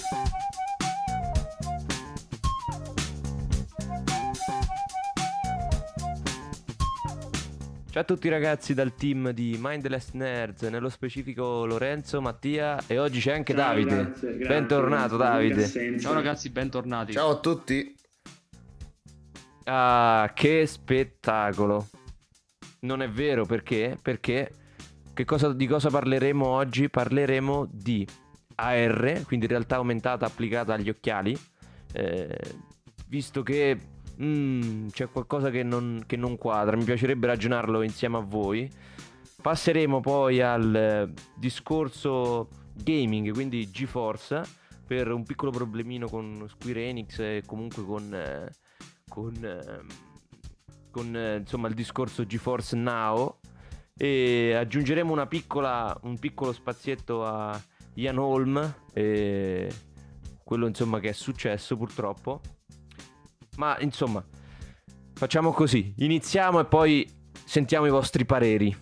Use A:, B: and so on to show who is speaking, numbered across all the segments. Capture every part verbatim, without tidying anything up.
A: Ciao a tutti ragazzi dal team di Mindless Nerds, nello specifico Lorenzo, Mattia e oggi c'è anche
B: Ciao,
A: Davide.
B: grazie, grazie,
A: Bentornato
B: grazie.
A: Davide.
C: Ciao ragazzi, bentornati.
D: Ciao a tutti.
A: Ah, che spettacolo. Non è vero, perché? Perché che cosa, di cosa parleremo oggi? Parleremo di A R, quindi realtà aumentata applicata agli occhiali, eh, visto che mm, c'è qualcosa che non, che non quadra, mi piacerebbe ragionarlo insieme a voi. Passeremo poi al eh, discorso gaming, quindi GeForce, per un piccolo problemino con Square Enix e comunque con... Eh, con, eh, con eh, insomma il discorso GeForce Now, e aggiungeremo una piccola, un piccolo spazietto a Ian Holm e quello insomma che è successo purtroppo. Ma insomma facciamo così, iniziamo e poi sentiamo i vostri pareri.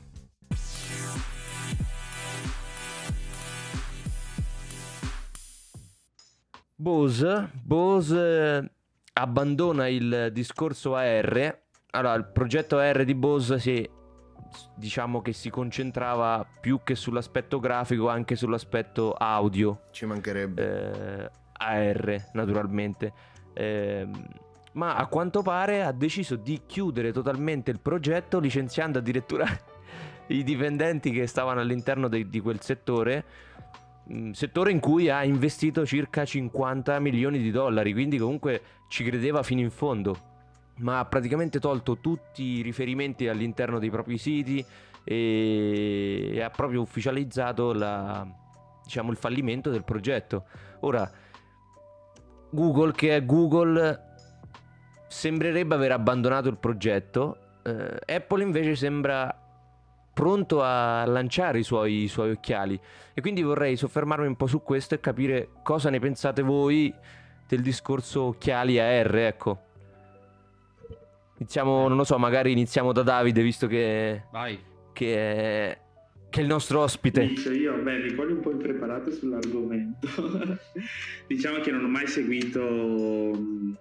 A: Bose Bose abbandona il discorso A R. Allora, il progetto A R di Bose si, diciamo che si concentrava più che sull'aspetto grafico anche sull'aspetto audio.
D: Ci mancherebbe.
A: Eh, A R naturalmente. Eh, ma a quanto pare ha deciso di chiudere totalmente il progetto, licenziando addirittura i dipendenti che stavano all'interno de- di quel settore. Settore in cui ha investito circa cinquanta milioni di dollari, quindi comunque ci credeva fino in fondo, ma ha praticamente tolto tutti i riferimenti all'interno dei propri siti e ha proprio ufficializzato la, diciamo, il fallimento del progetto. Ora Google, che è Google, sembrerebbe aver abbandonato il progetto. eh, Apple invece sembra pronto a lanciare i suoi, i suoi occhiali, e quindi vorrei soffermarmi un po' su questo e capire cosa ne pensate voi del discorso occhiali A R. Ecco, iniziamo, non lo so, magari iniziamo da Davide, visto che,
C: Vai.
A: che, è, che è il nostro ospite.
B: Inizio io, beh, mi cogli un po' impreparato sull'argomento. Diciamo che non ho mai seguito mh,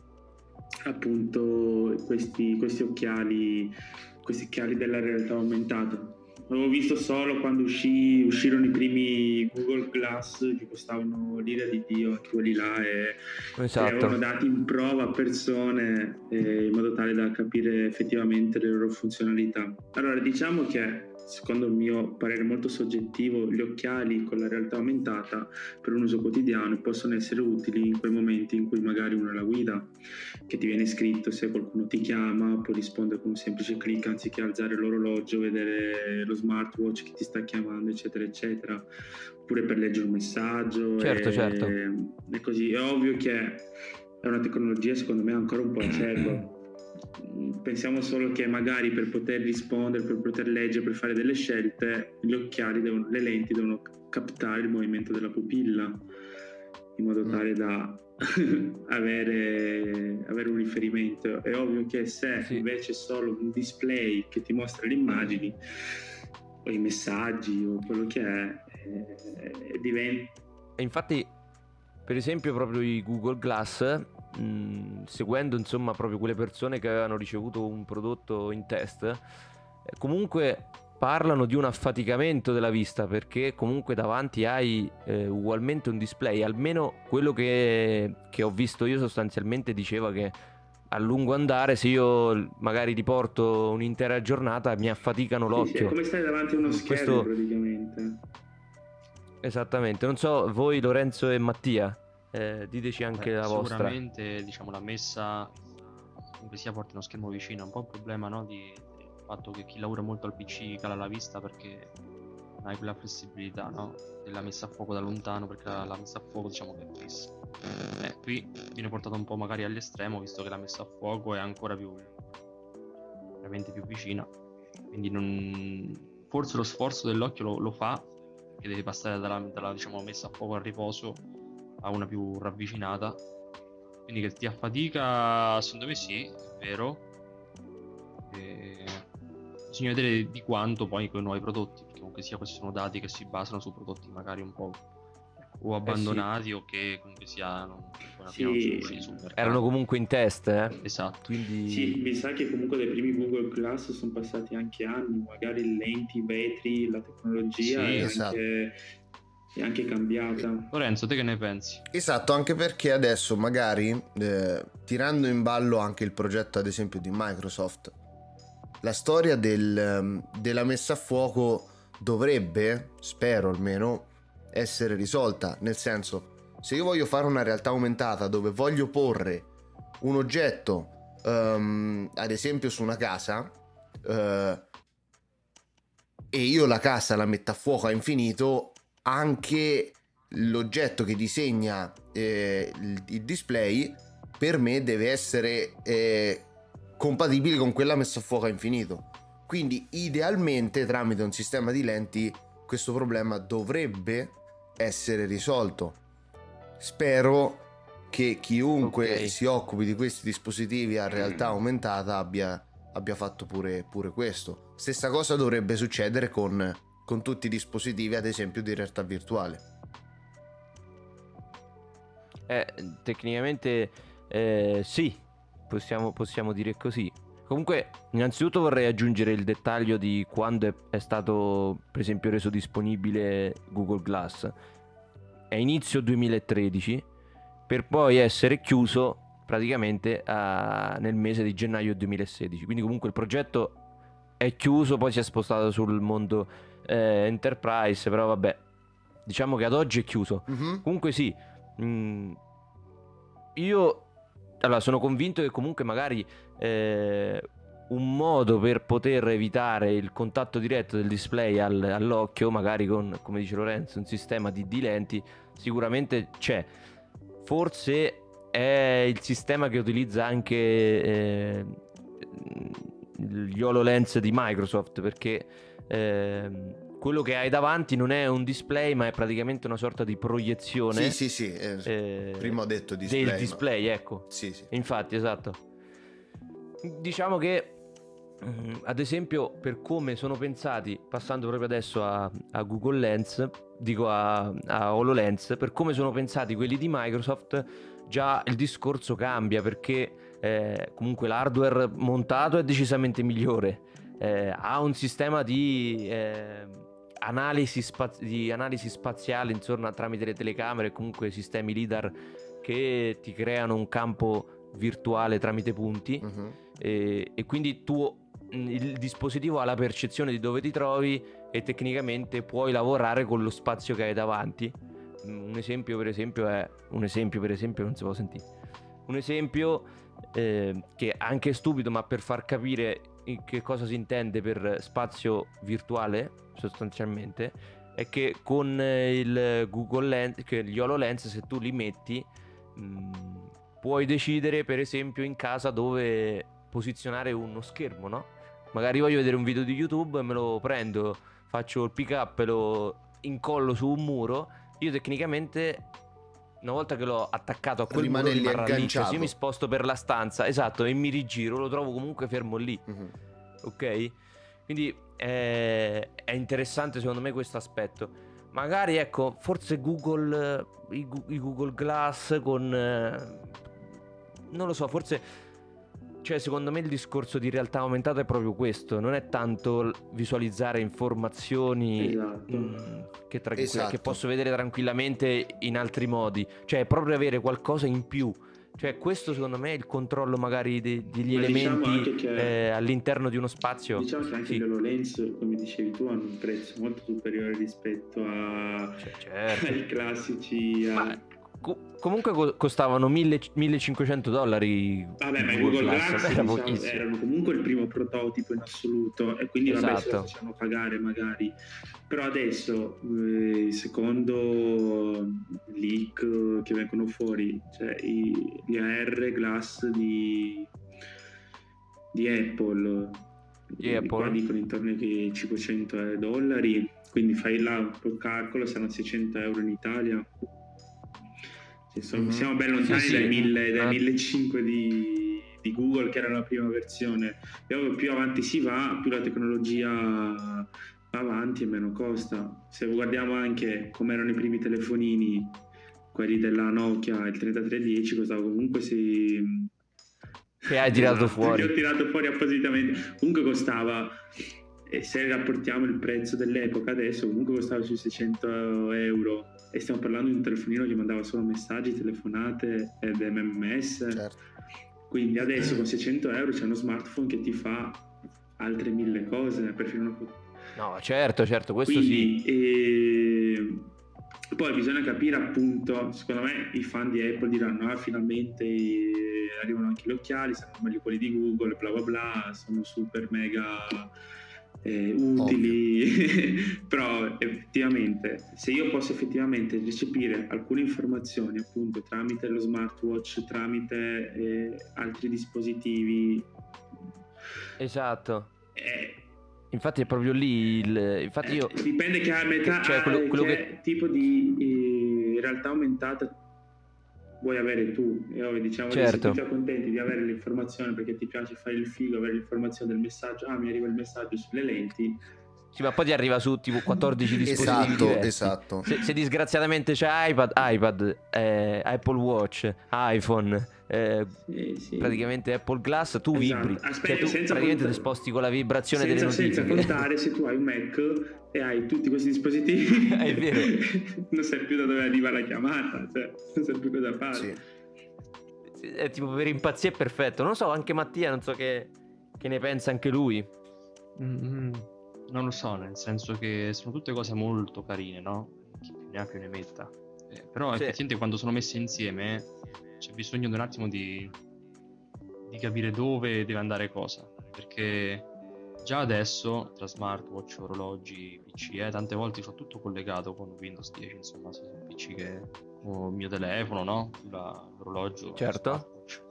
B: appunto questi, questi occhiali questi occhiali della realtà aumentata. L'avevo visto solo quando uscì, uscirono i primi Google Glass che costavano l'ira di Dio, anche quelli là, e
A: Esatto.
B: li avevano dati in prova a persone eh, in modo tale da capire effettivamente le loro funzionalità. Allora, diciamo che secondo il mio parere molto soggettivo, gli occhiali con la realtà aumentata per un uso quotidiano possono essere utili in quei momenti in cui magari uno è alla guida, che ti viene scritto, se qualcuno ti chiama puoi rispondere con un semplice clic anziché alzare l'orologio, vedere lo smartwatch che ti sta chiamando, eccetera eccetera, oppure per leggere un messaggio.
A: Certo,
B: e,
A: certo.
B: E così è ovvio che è una tecnologia secondo me ancora un po' acerba. Pensiamo solo che magari per poter rispondere, per poter leggere, per fare delle scelte, gli occhiali devono, le lenti devono captare il movimento della pupilla in modo tale da avere, avere un riferimento. È ovvio che se
A: Sì.
B: invece è solo un display che ti mostra le immagini o i messaggi o quello che è, eh, diventa...
A: E infatti, per esempio, proprio i Google Glass, mh, seguendo insomma proprio quelle persone che avevano ricevuto un prodotto in test, eh, comunque parlano di un affaticamento della vista, perché comunque davanti hai eh, ugualmente un display. Almeno quello che, che ho visto io sostanzialmente diceva che a lungo andare, se io magari ti porto un'intera giornata, mi affaticano
B: Sì, sì,
A: l'occhio.
B: è come stare davanti a uno schermo.
A: Questo...
B: praticamente.
A: Esattamente. Non so, voi Lorenzo e Mattia, eh, diteci anche
C: Beh,
A: la vostra.
C: Sicuramente, diciamo, la messa comunque sia porti uno schermo vicino è un po' un problema, no? Di, del fatto che chi lavora molto al P C cala la vista perché non hai quella flessibilità, no? Della messa a fuoco da lontano, perché la, la messa a fuoco diciamo che è fissa. Eh, qui viene portato un po' magari all'estremo, visto che la messa a fuoco è ancora più veramente più vicina, quindi non... forse lo sforzo dell'occhio lo, lo fa, che deve passare dalla, dalla diciamo messa a fuoco al riposo a una più ravvicinata, quindi che ti affatica, secondo me sì, è vero. E bisogna vedere di quanto poi con i nuovi prodotti, perché comunque sia questi sono dati che si basano su prodotti magari un po' o abbandonati o che comunque sia non ancora
B: Sì.
C: piano sono usciti sul mercato.
A: Erano comunque in test, eh?
C: Esatto.
A: Quindi
B: Sì, mi sa che comunque dai primi Google Glass sono passati anche anni, magari lenti, vetri, la tecnologia
C: Sì,
B: è,
D: esatto.
B: anche, è anche cambiata.
C: Lorenzo, te che ne pensi?
D: Esatto, anche perché adesso magari eh, tirando in ballo anche il progetto ad esempio di Microsoft, la storia del, ehm, della messa a fuoco dovrebbe, spero almeno, essere risolta, nel senso, se io voglio fare una realtà aumentata dove voglio porre un oggetto ehm, ad esempio su una casa eh, e io la casa la metto a fuoco a infinito, anche l'oggetto che disegna eh, il, il display per me deve essere eh, compatibile con quella messa a fuoco a infinito. Quindi idealmente tramite un sistema di lenti questo problema dovrebbe essere risolto. Spero che chiunque
A: Ok.
D: si occupi di questi dispositivi a realtà aumentata abbia, abbia fatto pure, pure questo. Stessa cosa dovrebbe succedere con, con tutti i dispositivi ad esempio di realtà virtuale.
A: Eh, tecnicamente eh, sì, possiamo, possiamo dire così. Comunque, innanzitutto vorrei aggiungere il dettaglio di quando è, è stato, per esempio, reso disponibile Google Glass. È inizio duemilatredici, per poi essere chiuso praticamente a- nel mese di gennaio duemilasedici. Quindi comunque il progetto è chiuso, poi si è spostato sul mondo eh, Enterprise, però vabbè, diciamo che ad oggi è chiuso.
D: Mhm.
A: Comunque sì, mm, io allora, sono convinto che comunque magari eh, un modo per poter evitare il contatto diretto del display al- all'occhio, magari con, come dice Lorenzo, un sistema di, di lenti, sicuramente c'è. Forse è il sistema che utilizza anche eh, gli HoloLens di Microsoft, perché ehm, quello che hai davanti non è un display, ma è praticamente una sorta di proiezione.
D: Sì, sì, sì. eh,
A: eh,
D: prima ho detto display.
A: del
D: ma-
A: display, ecco.
D: Sì, sì.
A: Infatti, esatto. Diciamo che mm, ad esempio, per come sono pensati, passando proprio adesso a, a Google Lens, dico a, a HoloLens, per come sono pensati quelli di Microsoft, già il discorso cambia, perché eh, comunque l'hardware montato è decisamente migliore. Eh, ha un sistema di eh, analisi, spaz- di analisi spaziale insomma, tramite le telecamere e comunque sistemi LiDAR che ti creano un campo virtuale tramite punti.
D: Mhm.
A: E, e quindi tu mh, il dispositivo ha la percezione di dove ti trovi e tecnicamente puoi lavorare con lo spazio che hai davanti. Mm, Un esempio per esempio è un esempio per esempio non si può sentire. Un esempio eh, che è anche stupido, ma per far capire in che cosa si intende per spazio virtuale sostanzialmente, è che con eh, il Google Lens, che gli HoloLens, se tu li metti mh, puoi decidere per esempio in casa dove posizionare uno schermo, no? Magari voglio vedere un video di YouTube, me lo prendo, faccio il pick up e lo incollo su un muro. Io tecnicamente una volta che l'ho attaccato a quel
D: Rimane
A: muro
D: lì
A: rimarrà lì. Cioè, se
D: agganciato.
A: io mi sposto per la stanza, esatto, e mi rigiro, lo trovo comunque fermo lì.
D: Mhm.
A: Ok? Quindi è, è interessante secondo me questo aspetto. Magari ecco, forse Google, eh, i, Gu- i Google Glass con... eh, non lo so, forse... Cioè, secondo me il discorso di realtà aumentata è proprio questo. Non è tanto l- visualizzare informazioni
B: Esatto.
A: mh, che, tra-
D: Esatto.
A: che posso vedere tranquillamente in altri modi. Cioè, è proprio avere qualcosa in più. Cioè, questo secondo me è il controllo magari de- degli
B: Ma diciamo
A: elementi
B: anche che-
A: eh, all'interno di uno spazio.
B: Diciamo che anche
A: Sì.
B: gli HoloLens, come dicevi tu, hanno un prezzo molto superiore rispetto a...
A: Cioè, certo.
B: ai classici... a-
A: Ma co- comunque co- costavano mille millecinquecento dollari.
B: Vabbè, ma i
A: Google
B: Google
A: Glass,
B: Glass
A: era
B: diciamo,
A: pochissimo.
B: erano comunque il primo prototipo in assoluto e quindi vabbè se lo
A: Esatto.
B: facciamo pagare magari. Però adesso, eh, secondo leak che vengono fuori, cioè i, gli A R Glass di, di Apple,
A: Di
B: eh,
A: Apple?
B: qua dicono intorno ai cinquecento dollari, quindi fai là un po' il calcolo, saranno seicento euro in Italia. Cioè, sono-
D: Mhm.
B: siamo ben lontani
A: Sì, sì.
B: dai mille- dai
A: Ah.
B: millecinquecento di, di Google, che era la prima versione. E ovvio, più avanti si va, più la tecnologia avanti e meno costa. Se guardiamo anche come erano i primi telefonini, quelli della Nokia, il trentatré dieci costava comunque si...
A: Che hai tirato
B: esatto,
A: fuori.
B: che ho tirato fuori appositamente. Comunque costava, e se rapportiamo il prezzo dell'epoca adesso, comunque costava sui seicento euro. E stiamo parlando di un telefonino che mandava solo messaggi, telefonate ed M M S.
D: Certo.
B: Quindi adesso con seicento euro c'è uno smartphone che ti fa altre mille cose, perfino una foto.
A: No, certo, certo, questo
B: Quindi,
A: sì.
B: eh, poi bisogna capire appunto, secondo me i fan di Apple diranno ah finalmente eh, arrivano anche gli occhiali, saranno meglio quelli di Google, bla bla bla, sono super mega eh, utili. Però effettivamente se io posso effettivamente recepire alcune informazioni appunto tramite lo smartwatch, tramite eh, altri dispositivi,
A: Esatto.
B: eh,
A: Infatti è proprio lì il... Infatti io...
B: Eh, dipende che a metà,
A: Cioè, quello-
B: eh,
A: quello
B: che,
A: che-
B: tipo di eh, realtà aumentata vuoi avere tu. E ovvio, diciamo
A: Certo.
B: che siamo contenti di avere l'informazione perché ti piace fare il figo, avere l'informazione del messaggio. Ah, mi arriva il messaggio sulle lenti.
A: Sì, ma poi ti arriva su tipo quattordici dispositivi
D: Esatto,
A: diversi.
D: esatto.
A: Se, se disgraziatamente c'è iPad, iPad, eh, Apple Watch, iPhone, eh,
B: Sì, sì.
A: praticamente Apple Glass, tu
B: Esatto.
A: vibri.
B: Aspetta,
A: Cioè tu
B: senza
A: praticamente
B: contare-
A: ti sposti con la vibrazione
B: senza,
A: delle
B: senza
A: notifiche.
B: contare se tu hai un Mac e hai tutti questi dispositivi,
A: È vero.
B: non sai più da dove arriva la chiamata, cioè non sai più cosa fare.
D: Sì.
A: È tipo per impazzire è perfetto. Non so, anche Mattia, non so che, che ne pensa anche lui.
C: Mm, non lo so, nel senso che sono tutte cose molto carine, no? Chi più ne ha più ne metta. Eh, però
A: Sì.
C: effettivamente quando sono messe insieme c'è bisogno di un attimo di, di capire dove deve andare cosa. Perché già adesso tra smartwatch, orologi, P C, eh, tante volte c'ho tutto collegato con Windows dieci, insomma, sia sul P C che con il mio telefono, no? L'orologio,
A: Certo.
C: smartwatch.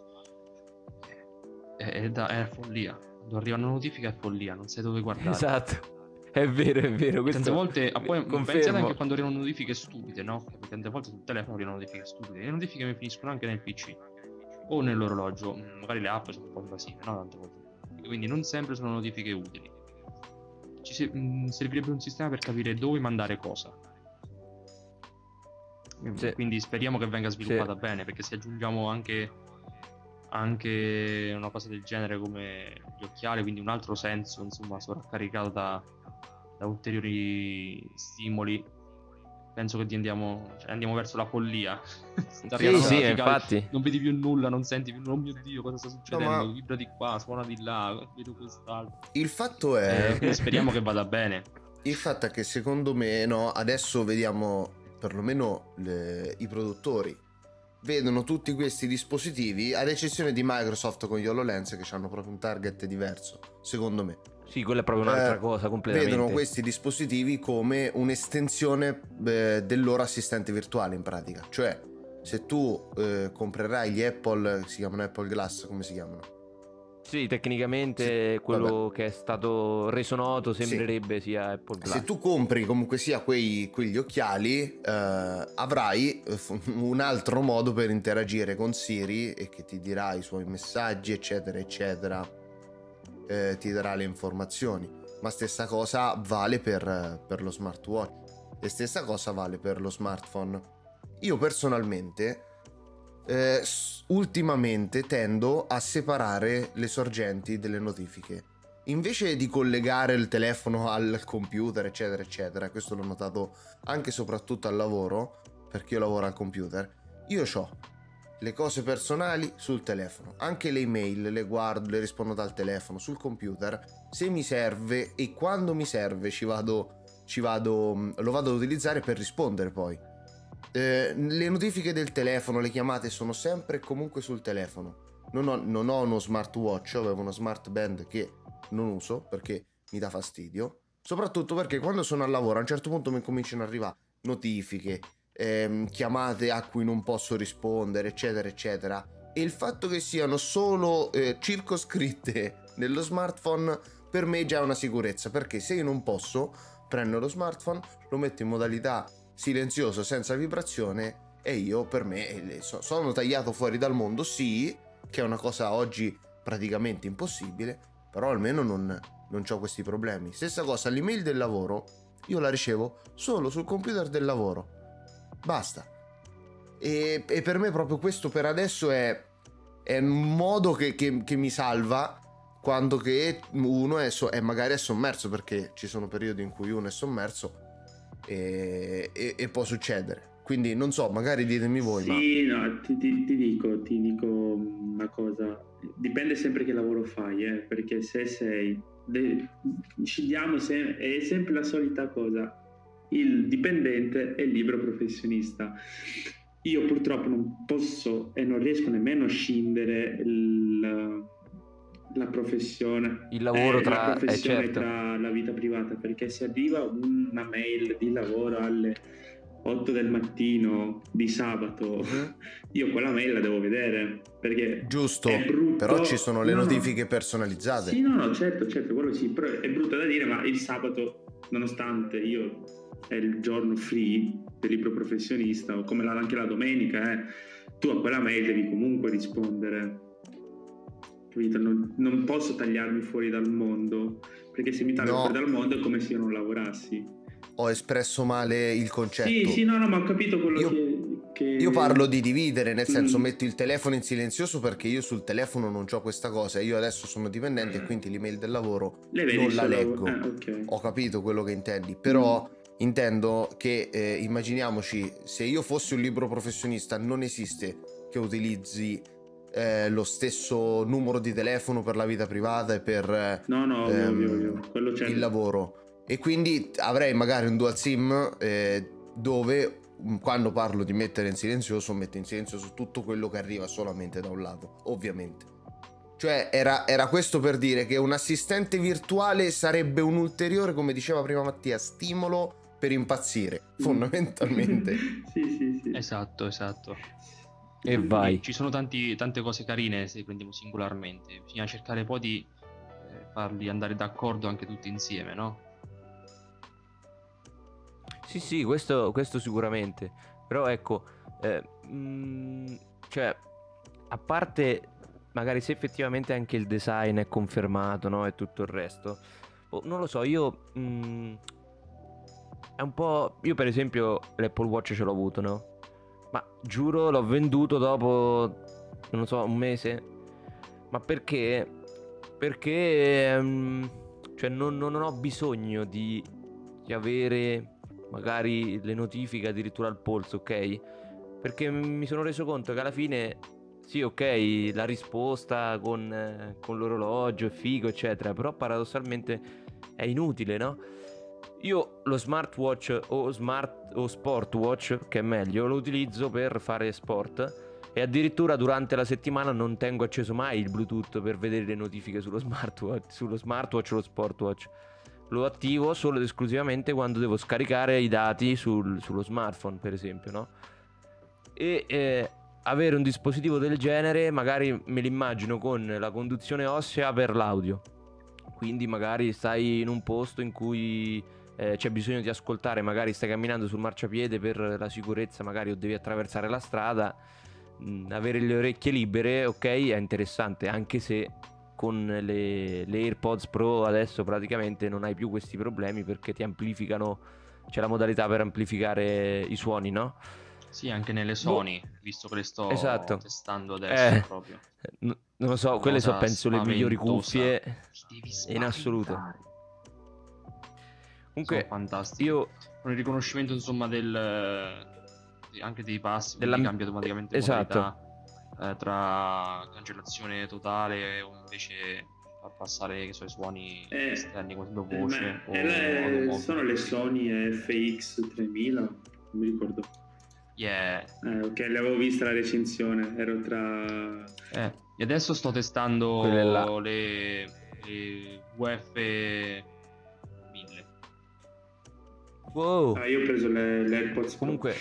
C: È, è, da, è follia. Quando arrivano notifiche è follia, non sai dove guardare.
A: Esatto. È vero, è vero. Questo
C: Tante volte, ah, poi
A: confermo.
C: pensate anche quando arrivano notifiche stupide, no? Perché tante volte sul telefono arrivano notifiche stupide. Le notifiche mi finiscono anche nel P C o nell'orologio. Mm, Magari le app sono un po' invasive, no? Tante volte. Quindi non sempre sono notifiche utili. Ci se- mm, servirebbe un sistema per capire dove mandare cosa. Mm,
A: Sì.
C: Quindi speriamo che venga sviluppata bene, perché se aggiungiamo anche, anche una cosa del genere come gli occhiali, quindi un altro senso, insomma, sovraccaricato da, da ulteriori stimoli, penso che andiamo, cioè andiamo verso la follia. Sta
A: Sì,
C: arrivando
A: sì,
C: notifica,
A: infatti.
C: non vedi più nulla, non senti più, oh mio Dio, cosa sta succedendo?
D: ma-
C: Vibra di qua, suona di là, vedo quest'altro.
D: Il fatto
C: Eh,
D: è...
C: quindi speriamo che vada bene.
D: Il fatto è che secondo me, no, adesso vediamo perlomeno le- i produttori vedono tutti questi dispositivi, ad eccezione di Microsoft con gli HoloLens che hanno proprio un target diverso, secondo me.
A: Sì, quella è proprio un'altra
D: Eh,
A: cosa completamente.
D: Vedono questi dispositivi come un'estensione eh, del loro assistente virtuale in pratica. Cioè, se tu eh, comprerai gli Apple, si chiamano Apple Glass, come si chiamano?
A: Sì, tecnicamente
D: Sì,
A: quello
D: vabbè.
A: che è stato reso noto sembrerebbe sia Apple Glass.
D: Se tu compri comunque sia quei, quegli occhiali, eh, avrai eh, f- un altro modo per interagire con Siri e che ti dirà i suoi messaggi, eccetera, eccetera. Eh, ti darà le informazioni. Ma stessa cosa vale per, per lo smartwatch. E stessa cosa vale per lo smartphone. Io personalmente, eh, s- ultimamente tendo a separare le sorgenti delle notifiche. Invece di collegare il telefono al computer, eccetera, eccetera, questo l'ho notato anche e soprattutto al lavoro, perché io lavoro al computer, io ho le cose personali sul telefono, anche le email le guardo, le rispondo dal telefono, sul computer, se mi serve e quando mi serve ci vado, ci vado, lo vado ad utilizzare per rispondere poi. Eh, le notifiche del telefono, le chiamate sono sempre e comunque sul telefono. Non ho, non ho uno smartwatch, avevo uno smart band che non uso perché mi dà fastidio, soprattutto perché quando sono al lavoro a un certo punto mi cominciano ad arrivare notifiche, ehm, chiamate a cui non posso rispondere, eccetera eccetera, e il fatto che siano solo eh, circoscritte nello smartphone per me già è una sicurezza, perché se io non posso prendo lo smartphone, lo metto in modalità silenzioso senza vibrazione e io per me so, sono tagliato fuori dal mondo, sì, che è una cosa oggi praticamente impossibile, però almeno non, non ho questi problemi. Stessa cosa, l'email del lavoro io la ricevo solo sul computer del lavoro, basta. E, e per me proprio questo per adesso è, è un modo che, che, che mi salva quando che uno è, so, è magari è sommerso, perché ci sono periodi in cui uno è sommerso e, e, e può succedere. Quindi non so, magari ditemi voi.
B: Sì,
D: ma...
B: no, ti, ti, ti dico, ti dico una cosa, dipende sempre che lavoro fai, eh, perché se sei, de, scegliamo, se, è sempre la solita cosa, il dipendente e il libero professionista. Io purtroppo non posso e non riesco nemmeno a scindere il, la professione,
A: il lavoro
B: eh,
A: tra,
B: la professione
A: eh, certo.
B: tra la vita privata, perché se arriva una mail di lavoro alle otto del mattino di sabato, io quella mail la devo vedere, perché
D: giusto,
B: è brutto,
D: però ci sono le
B: no,
D: notifiche
B: no.
D: personalizzate.
B: Sì, no, no, certo, certo, quello sì, però è brutto da dire, ma il sabato, nonostante io è il giorno free del libro professionista, o come la, anche la domenica, eh, tu a quella mail devi comunque rispondere, capito? Non, non posso tagliarmi fuori dal mondo, perché se mi taglio
D: No.
B: fuori dal mondo è come se io non lavorassi.
D: Ho espresso male il concetto.
B: Sì, sì, no, no, ma ho capito quello
D: io,
B: che, che...
D: Io parlo di dividere, nel senso
B: mm.
D: metto il telefono in silenzioso perché io sul telefono non c'ho questa cosa. Io adesso sono dipendente e quindi l'email del lavoro
B: Le vedi
D: non la
B: solo...
D: leggo.
B: Ah, okay.
D: Ho capito quello che intendi, però
B: mm.
D: intendo che eh, immaginiamoci, se io fossi un libero professionista, non esiste che utilizzi eh, lo stesso numero di telefono per la vita privata e per eh,
B: no, no,
D: ehm,
B: ovvio, ovvio. Quello certo.
D: il lavoro. E quindi avrei magari un dual sim eh, dove quando parlo di mettere in silenzioso metto in silenzioso tutto quello che arriva solamente da un lato, ovviamente. Cioè era, era questo per dire che un assistente virtuale sarebbe un ulteriore, come diceva prima Mattia, stimolo per impazzire, fondamentalmente.
B: Sì, sì, sì.
C: Esatto, esatto.
A: E vai.
C: Ci sono tanti, tante cose carine se le prendiamo singolarmente, bisogna cercare poi di eh, farli andare d'accordo anche tutti insieme, no?
A: Sì, sì, questo, questo sicuramente. Però ecco, eh, mh, cioè, a parte magari se effettivamente anche il design è confermato, no? E tutto il resto, oh, non lo so, io mh, è un po'. Io per esempio l'Apple Watch ce l'ho avuto, no? Ma giuro l'ho venduto dopo, non so, un mese. Ma perché? Perché mh, cioè non, non ho bisogno di, di avere magari le notifiche addirittura al polso, ok? Perché mi sono reso conto che alla fine sì, ok, la risposta con, eh, con l'orologio è figo, eccetera, però paradossalmente è inutile, no? Io lo smartwatch o smart o sportwatch, che è meglio, lo utilizzo per fare sport e addirittura durante la settimana non tengo acceso mai il Bluetooth per vedere le notifiche sullo smartwatch, sullo smartwatch o lo sportwatch. Lo attivo solo ed esclusivamente quando devo scaricare i dati sul, sullo smartphone, per esempio, no? E eh, avere un dispositivo del genere magari me l'immagino con la conduzione ossea per l'audio. Quindi magari stai in un posto in cui eh, c'è bisogno di ascoltare, magari stai camminando sul marciapiede per la sicurezza, magari o devi attraversare la strada, mh, avere le orecchie libere, ok, è interessante, anche se con le, le AirPods Pro adesso praticamente non hai più questi problemi perché ti amplificano, c'è la modalità per amplificare i suoni, no?
C: Sì, anche nelle Sony, boh. Visto che le sto
A: esatto.
C: testando adesso
A: eh,
C: proprio.
A: N- non lo so,
C: Una
A: quelle so
C: cosa
A: penso le migliori cuffie
C: devi
A: in assoluto. Comunque
C: sono fantastiche.
A: Io
C: con il riconoscimento insomma del anche dei passi,
A: della...
C: quindi cambia automaticamente
A: esatto.
C: modalità eh, tra cancellazione totale o invece far passare che so, i suoni
B: eh,
C: esterni come voce o
B: le, sono le Sony F X tremila, non mi ricordo.
C: Yeah.
B: Eh, ok, l'avevo vista la recensione, ero tra...
C: Eh, e adesso sto testando le, le U F mille.
A: Wow.
B: Ah, io ho preso le, le AirPods
A: comunque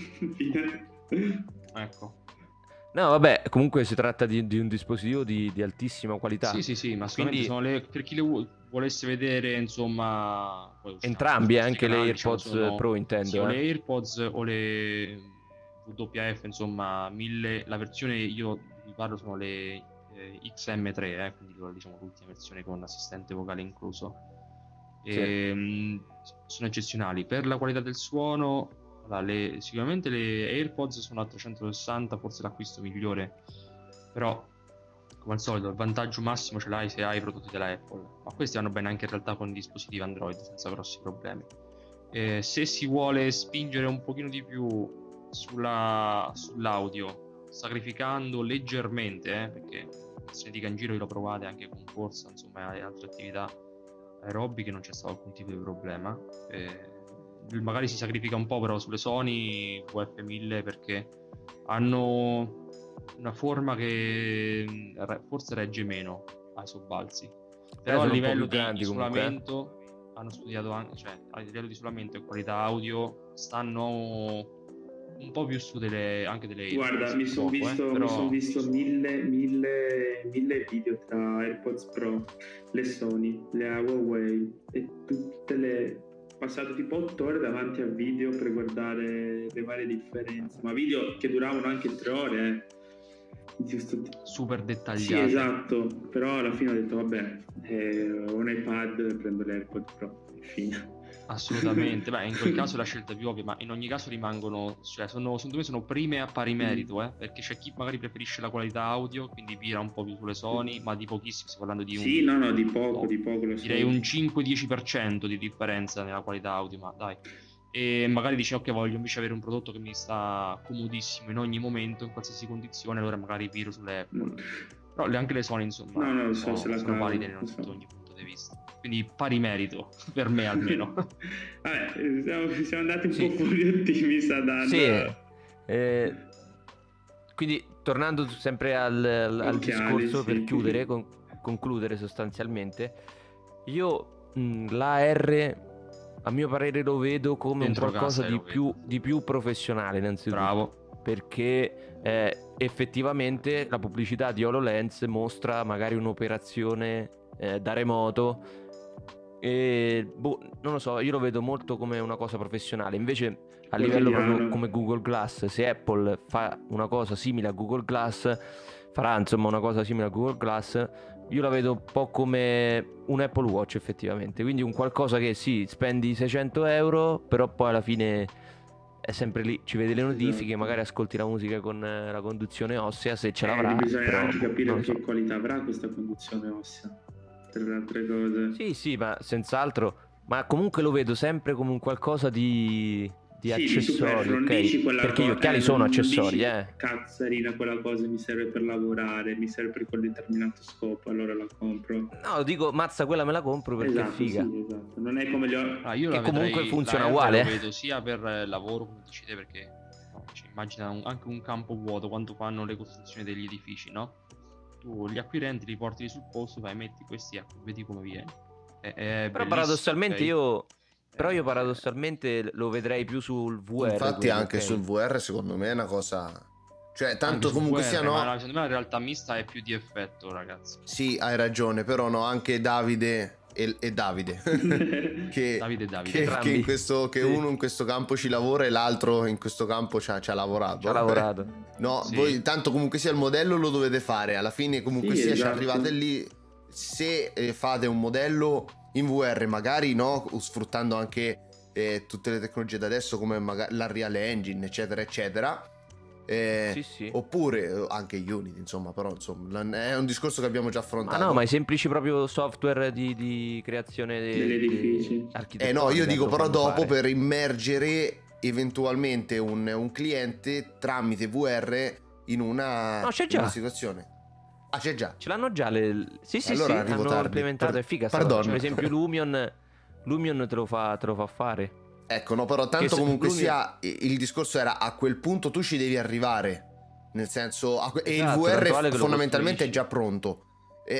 C: ecco.
A: No, vabbè, comunque si tratta di, di un dispositivo di, di altissima qualità.
C: Sì, sì, sì, ma
A: quindi
C: sono le, per chi le vu- volesse vedere, insomma,
A: entrambi, anche
C: canali,
A: le AirPods
C: diciamo, sono,
A: Pro intendo.
C: Sì,
A: eh.
C: o le AirPods o le W F, insomma, mille. La versione io vi parlo sono le eh, X M tre, eh, quindi diciamo l'ultima versione con assistente vocale incluso. E, sì. mh, sono eccezionali per la qualità del suono. Allora, le, sicuramente le AirPods sono a trecentosessanta, forse l'acquisto migliore, però come al solito il vantaggio massimo ce l'hai se hai i prodotti della Apple, ma questi vanno bene anche in realtà con i dispositivi Android senza grossi problemi. Eh, se si vuole spingere un pochino di più sulla, sull'audio, sacrificando leggermente, eh, perché se ne dica in giro io lo provate anche con corsa, insomma, e altre attività aerobiche, non c'è stato alcun tipo di problema. Eh, magari si sacrifica un po' però sulle Sony V F mille, perché hanno una forma che forse regge meno ai sobbalzi, però
A: eh,
C: a livello di
A: grandi,
C: isolamento
A: comunque.
C: Hanno studiato anche, cioè a livello di isolamento e qualità audio stanno un po' più su delle, anche delle
B: guarda, mi sono visto,
C: eh, però...
B: mi son visto mille, mille, mille video tra AirPods Pro, le Sony, le Huawei e tutte le... passato tipo otto ore davanti a video per guardare le varie differenze, ma video che duravano anche tre ore, eh. Giusto.
C: Super dettagliati.
B: Sì, esatto, però alla fine ho detto vabbè, eh, ho un iPad, prendo l'AirPod Pro e fine.
C: Assolutamente. Beh, in quel caso è la scelta più ovvia, ma in ogni caso rimangono, cioè sono, secondo me sono prime a pari merito, eh, perché c'è chi magari preferisce la qualità audio, quindi vira un po' più sulle Sony, ma di pochissimo, sto parlando di un...
B: Sì, no, no, di poco, no, di poco. Lo
C: direi so. Un cinque-dieci per cento di differenza nella qualità audio, ma dai. E magari dici ok, voglio invece avere un prodotto che mi sta comodissimo in ogni momento, in qualsiasi condizione, allora magari viro sulle Apple. Mm. Però le, anche le Sony insomma
B: no, no, so,
C: sono, sono valide so. Sotto ogni punto di vista, quindi pari merito per me almeno.
B: Vabbè, siamo, siamo andati un
A: sì.
B: po' fuori ottimista Dan.
A: Sì. Eh, quindi tornando sempre al, al, al discorso, sì. Per chiudere, con, concludere sostanzialmente, io mh, l'A R a mio parere lo vedo come Dentro un qualcosa di più, di più professionale innanzitutto.
C: Bravo.
A: Perché eh, effettivamente la pubblicità di HoloLens mostra magari un'operazione eh, da remoto e boh, non lo so, io lo vedo molto come una cosa professionale. Invece a livello proprio come Google Glass, se Apple fa una cosa simile a Google Glass, farà insomma una cosa simile a Google Glass, io la vedo un po' come un Apple Watch effettivamente, quindi un qualcosa che sì, spendi seicento euro, però poi alla fine è sempre lì, ci vedi le notifiche, esatto. Magari ascolti la musica con la conduzione ossea se ce l'avrà.
B: Eh, bisogna
A: però,
B: anche capire che
A: so.
B: qualità avrà questa conduzione ossea per le altre cose.
A: Sì, sì, ma senz'altro, ma comunque lo vedo sempre come un qualcosa di... di sì, accessori,
B: non
A: okay?
B: dici quella
A: perché
B: co-
A: gli occhiali
B: eh,
A: sono accessori, eh.
B: Cazzarina, quella cosa mi serve per lavorare, mi serve per quel determinato scopo, allora la compro.
A: No, dico, mazza, quella me la compro perché
B: esatto,
A: è figa.
B: Sì, esatto. Non è come gli ho...
C: ah, io
A: che
C: la
A: comunque
C: vedrei,
A: funziona
C: la
A: uguale.
C: Lo vedo sia per lavoro, come dici te, perché no, cioè, immagina un, anche un campo vuoto quanto fanno le costruzioni degli edifici, no? Tu gli acquirenti li porti sul posto, vai, metti questi, ecco, vedi come viene. È, è
A: però paradossalmente
C: okay?
A: io Però io paradossalmente lo vedrei più sul V R.
D: Infatti
A: quello,
D: anche
A: okay?
D: sul V R secondo me è una cosa... Cioè tanto
C: anche
D: comunque
C: V R,
D: sia no...
C: Ma secondo me la realtà mista è più di effetto, ragazzi.
D: Sì, hai ragione, però no, anche Davide e, e Davide. che,
C: Davide e Davide.
D: Che, che, in questo, che sì. Uno in questo campo ci lavora e l'altro in questo campo ci ha, ci ha lavorato.
A: Ci ha lavorato.
D: No,
C: sì.
D: Voi tanto comunque sia il modello lo dovete fare. Alla fine comunque
B: sì,
D: sia
B: esatto.
D: ci arrivate lì. Se eh, fate un modello in V R magari no, sfruttando anche... E tutte le tecnologie da adesso come magari l'Unreal Engine eccetera eccetera eh,
A: sì, sì.
D: Oppure anche Unity insomma, però insomma è un discorso che abbiamo già affrontato.
A: Ma no, ma i semplici proprio software di, di creazione de,
B: degli edifici
D: eh no, io dico però dopo fare. Per immergere eventualmente un, un cliente tramite V R in una,
A: no, c'è
D: in
A: già.
D: Una situazione. Ah, c'è già.
A: Ce l'hanno già le... Sì, sì,
D: allora
A: sì, hanno
D: tardi.
A: implementato,
D: per...
A: è figa.
D: Pardon.
A: Per esempio Lumion Lumion te lo fa, te lo fa fare.
D: Ecco, no, però tanto comunque Lumion... sia il discorso era a quel punto tu ci devi arrivare. Nel senso, a... esatto, e il V R fondamentalmente è già pronto. E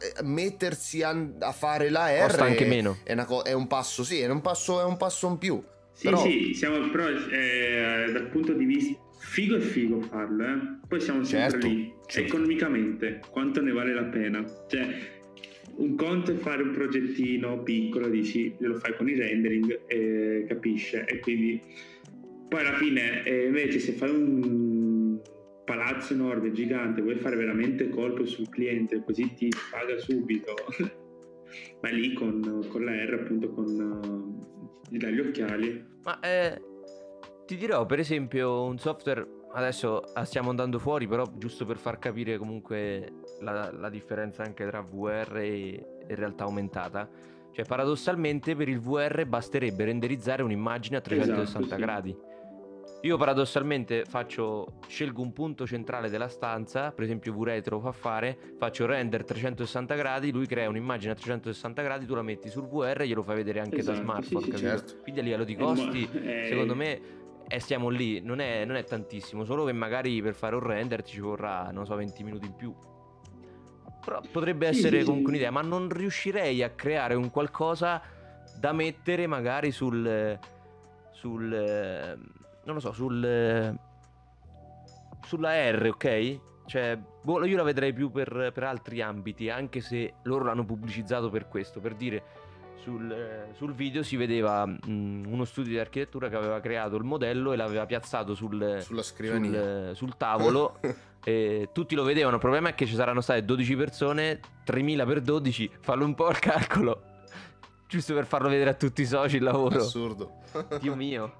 D: mettersi a, a fare la R
A: costa anche meno.
D: È, una co- è un passo, sì, è un passo, è un passo in più.
B: Sì,
D: però...
B: sì, siamo però eh, dal punto di vista figo è figo farlo, eh. Poi siamo sempre
D: certo,
B: lì.
D: certo.
B: Economicamente, quanto ne vale la pena? Cioè, un conto è fare un progettino piccolo, dici, lo fai con i rendering e capisce, e quindi poi alla fine eh, invece se fai un palazzo enorme, gigante, vuoi fare veramente colpo sul cliente così ti paga subito, ma lì con, con la R appunto, con uh, dagli occhiali.
A: Ma eh, ti dirò, per esempio, un software, adesso stiamo andando fuori, però giusto per far capire comunque la, la differenza anche tra V R e, e realtà aumentata. Cioè, paradossalmente per il V R basterebbe renderizzare un'immagine a trecentosessanta
B: Esatto, sì.
A: gradi. Io paradossalmente faccio, scelgo un punto centrale della stanza, per esempio V-Retro lo fa fare, faccio render trecentosessesta gradi, lui crea un'immagine a trecentosessanta gradi, tu la metti sul V R e glielo fai vedere anche
B: Esatto,
A: da smartphone,
B: sì, sì,
A: capito?
D: certo.
A: Quindi a livello di
B: Eh, ma-
A: costi,
B: eh,
A: secondo me, eh, stiamo lì, non è, non è tantissimo, solo che magari per fare un render ci vorrà, non so, venti minuti in più. Però potrebbe
B: Sì,
A: essere
B: sì,
A: comunque
B: sì.
A: un'idea, ma non riuscirei a creare un qualcosa da mettere magari sul... sul non lo so, sul sulla R, ok? Cioè, boh, io la vedrei più per, per altri ambiti, anche se loro l'hanno pubblicizzato per questo, per dire, sul, sul video si vedeva mh, uno studio di architettura che aveva creato il modello e l'aveva piazzato sul,
D: Sulla scrivania.
A: sul, sul tavolo e tutti lo vedevano. Il problema è che ci saranno state dodici persone, tremila per dodici, fallo un po' il calcolo, giusto per farlo vedere a tutti i soci il lavoro.
D: Assurdo.
A: Dio mio.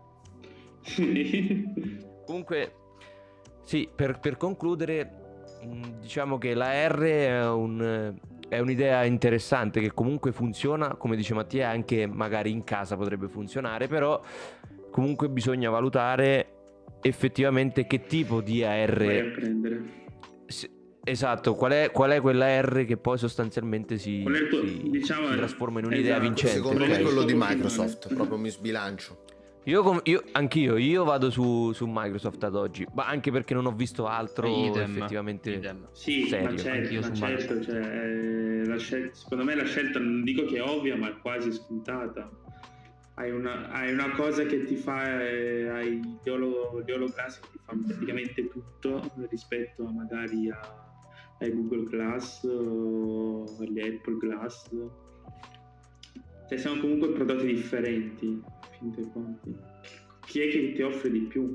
B: Sì.
A: Comunque, sì, per, per concludere, mh, diciamo che la R è, un, è un'idea interessante che comunque funziona, come dice Mattia, anche magari in casa potrebbe funzionare, però comunque bisogna valutare effettivamente che tipo di
B: Vai a
A: A R...
B: prendere.
A: s- Esatto, qual è, qual è quella R che poi sostanzialmente si,
B: Qual è il tuo-
A: si-
B: diciamo,
A: si trasforma in un'idea
B: esatto,
A: vincente.
D: Secondo me
A: ok?
D: è quello di
B: Ottimale.
D: Microsoft, proprio mi sbilancio.
A: Io, com- io anch'io, io vado su, su Microsoft ad oggi, ma anche perché non ho visto altro
C: Idem,
A: effettivamente
C: idem.
B: Sì,
A: serio.
B: ma certo,
C: Anch'io
B: ma
C: su
B: certo, cioè, eh, la scel- secondo me la scelta non dico che è ovvia, ma è quasi scontata. Hai una, hai una cosa che ti fa, eh, hai gli holo- gli hologlass che ti fanno praticamente tutto rispetto a magari a, ai Google Glass o agli Apple Glass. Cioè, sono comunque prodotti differenti, a fin dei conti. Chi è che ti offre di più?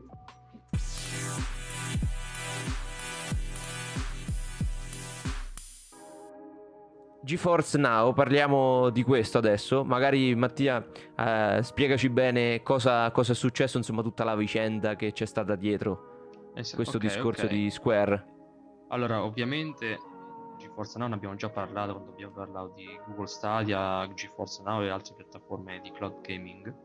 A: GeForce Now, parliamo di questo adesso. Magari Mattia, eh, spiegaci bene cosa, cosa è successo, insomma tutta la vicenda che c'è stata dietro
C: Eh sì,
A: questo
C: ok,
A: discorso
C: ok.
A: di Square.
C: Allora, ovviamente GeForce Now ne abbiamo già parlato quando abbiamo parlato di Google Stadia, GeForce Now e altre piattaforme di cloud gaming.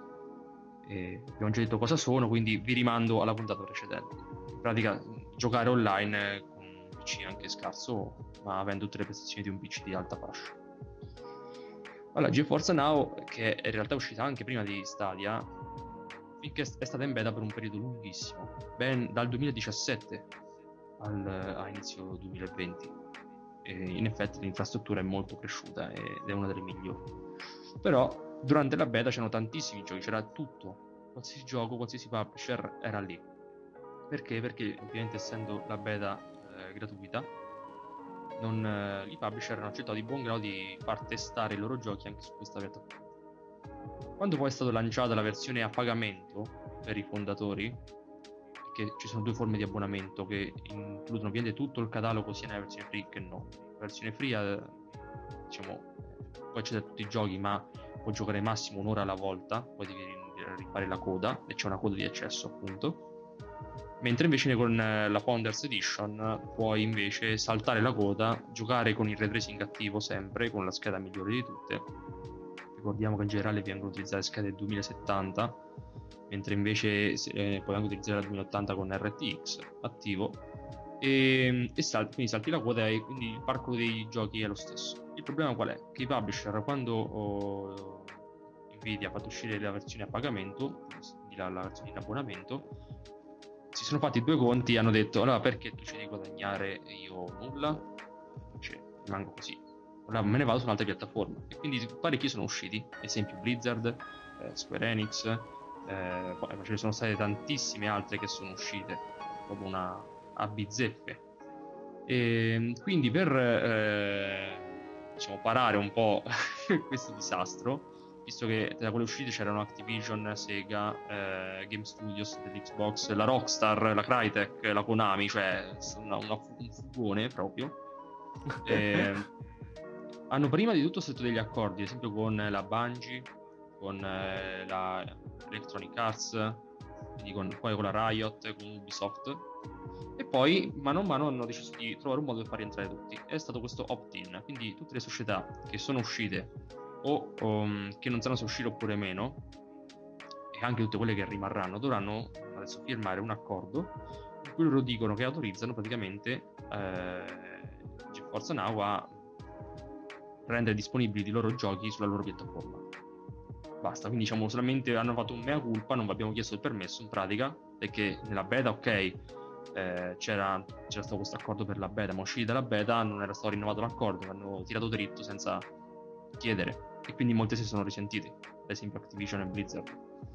C: E abbiamo già detto cosa sono, quindi vi rimando alla puntata precedente. In pratica, giocare online con un P C anche scarso, ma avendo tutte le prestazioni di un P C di alta fascia. Allora, GeForce Now, che in realtà è uscita anche prima di Stadia, finché è stata in beta per un periodo lunghissimo, ben dal duemiladiciassette al, a inizio duemilaventi. E in effetti l'infrastruttura è molto cresciuta ed è una delle migliori. Però durante la beta c'erano tantissimi giochi, c'era tutto, qualsiasi gioco, qualsiasi publisher era lì. Perché? Perché ovviamente essendo la beta eh, gratuita, non, eh, i publisher hanno accettato di buon grado di far testare i loro giochi anche su questa piattaforma. Quando poi è stata lanciata la versione a pagamento per i fondatori, perché ci sono due forme di abbonamento che includono ovviamente tutto il catalogo sia nella versione free che no. La versione free, eh, diciamo, puoi accedere a tutti i giochi, ma puoi giocare massimo un'ora alla volta, poi devi rifare la coda e c'è una coda di accesso appunto. Mentre invece con la Founders Edition puoi invece saltare la coda, giocare con il ray tracing attivo sempre, con la scheda migliore di tutte. Ricordiamo che in generale vengono utilizzate schede duemilasettanta, mentre invece eh, puoi anche utilizzare la duemilaottanta con R T X attivo. E, e salti, quindi salti la quota e quindi il parco dei giochi è lo stesso. Il problema qual è? Che i publisher, quando oh, Nvidia ha fatto uscire la versione a pagamento, la, la versione in abbonamento, si sono fatti due conti e hanno detto: allora perché tu ci devi guadagnare e io nulla? Cioè, rimango così. Allora me ne vado su un'altra piattaforma. E quindi parecchi sono usciti, esempio Blizzard, eh, Square Enix, eh, poi ce ne sono state tantissime altre che sono uscite, proprio una a bizzeffe. E quindi per eh, diciamo parare un po' questo disastro, visto che tra quelle uscite c'erano Activision, Sega, eh, Game Studios dell'Xbox, la Rockstar, la Crytek, la Konami, cioè una, una, un fugone proprio. eh, hanno prima di tutto stretto degli accordi, ad esempio con la Bungie, con eh, la Electronic Arts, quindi con, poi con la Riot, con Ubisoft, e poi mano a mano hanno deciso di trovare un modo per far rientrare tutti. È stato questo opt-in, quindi tutte le società che sono uscite o um, che non sanno se uscire oppure meno, e anche tutte quelle che rimarranno, dovranno adesso firmare un accordo in cui loro dicono che autorizzano praticamente eh, GeForce Now a rendere disponibili i loro giochi sulla loro piattaforma. Basta, quindi diciamo solamente hanno fatto un mea culpa, non vi abbiamo chiesto il permesso in pratica, perché nella beta ok eh, c'era, c'era stato questo accordo per la beta, ma usciti dalla beta non era stato rinnovato l'accordo, hanno tirato dritto senza chiedere, e quindi molte si sono risentiti, ad esempio Activision e Blizzard.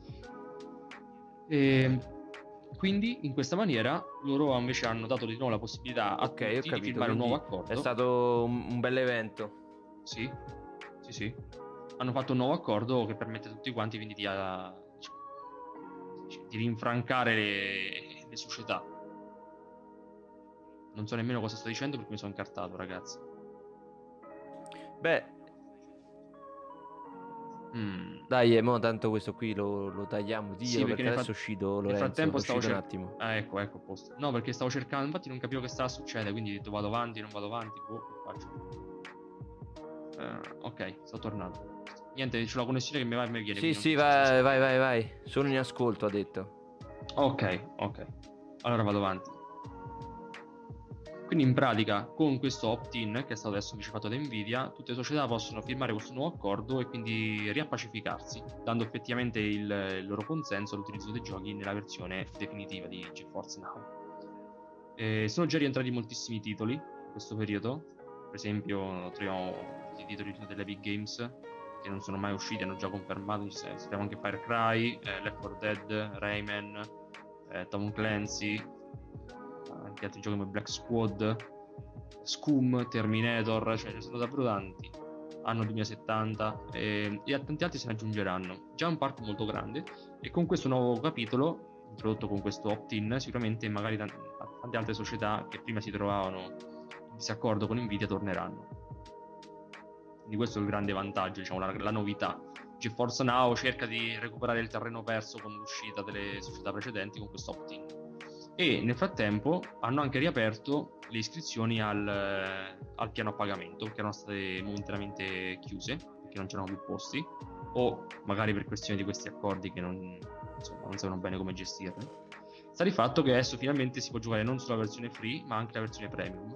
C: E quindi in questa maniera loro invece hanno dato di nuovo la possibilità a
A: Ok,
C: tutti
A: ho capito,
C: di firmare un
A: quindi
C: nuovo accordo.
A: È stato un, un bel evento.
C: Sì, sì, sì. Hanno fatto un nuovo accordo che permette a tutti quanti quindi di, a, diciamo, di rinfrancare le, le società. Non so nemmeno cosa sto dicendo perché mi sono incartato, ragazzi.
A: Beh,
C: mm.
A: dai, mo tanto questo qui lo, lo tagliamo, diglielo,
C: Sì, perché
A: perché
C: nel
A: adesso è
C: frat-
A: uscito
C: nel
A: Lorenzo,
C: frattempo
A: è
C: stavo
A: uscito un
C: cer-
A: attimo.
C: Ah, ecco, ecco, a posto. No, perché stavo cercando, infatti non capivo che stava succedendo, quindi ho detto vado avanti, non vado avanti, boh, che faccio? Uh, ok, sto tornando. Niente, c'ho la connessione che mi va e mi viene.
A: Sì,
C: quindi
A: sì,
C: non so se
A: vai,
C: si-
A: vai, vai, vai. Sono in ascolto, ha detto.
C: Ok, ok. Allora vado avanti. Quindi in pratica con questo opt-in che è stato adesso invece fatto da Nvidia, tutte le società possono firmare questo nuovo accordo e quindi riappacificarsi, dando effettivamente il, il loro consenso all'utilizzo dei giochi nella versione definitiva di GeForce Now. E sono già rientrati moltissimi titoli in questo periodo. Per esempio troviamo i titoli delle Epic Games che non sono mai usciti, hanno già confermato, troviamo anche Far Cry, eh, Left four Dead, Rayman, eh, Tom Clancy, anche altri giochi come Black Squad, Scum, Terminator, cioè ce ne sono davvero tanti. Anno duemilasettanta e, e a tanti altri se ne aggiungeranno. Già un parco molto grande, e con questo nuovo capitolo introdotto con questo opt-in sicuramente magari t- tante altre società che prima si trovavano in disaccordo con Nvidia torneranno. Quindi questo è il grande vantaggio, diciamo, la, la novità. GeForce Now cerca di recuperare il terreno perso con l'uscita delle società precedenti con questo opt-in. E nel frattempo hanno anche riaperto le iscrizioni al, al piano a pagamento, che erano state momentaneamente chiuse perché non c'erano più posti, o magari per questioni di questi accordi che non, insomma, non sapevano bene come gestirli. Sta di fatto che adesso finalmente si può giocare non solo la versione free ma anche la versione premium.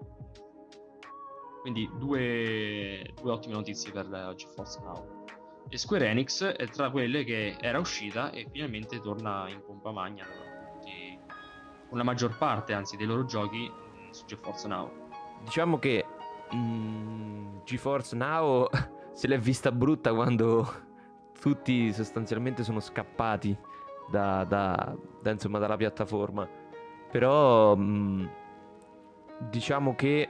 C: Quindi due, due ottime notizie per la GeForce Now. E Square Enix è tra quelle che era uscita e finalmente torna in pompa magna tutti, con la maggior parte anzi dei loro giochi su GeForce Now.
A: Diciamo che mm, GeForce Now se l'è vista brutta quando tutti sostanzialmente sono scappati da, da, da, insomma, dalla piattaforma. Però mm, diciamo che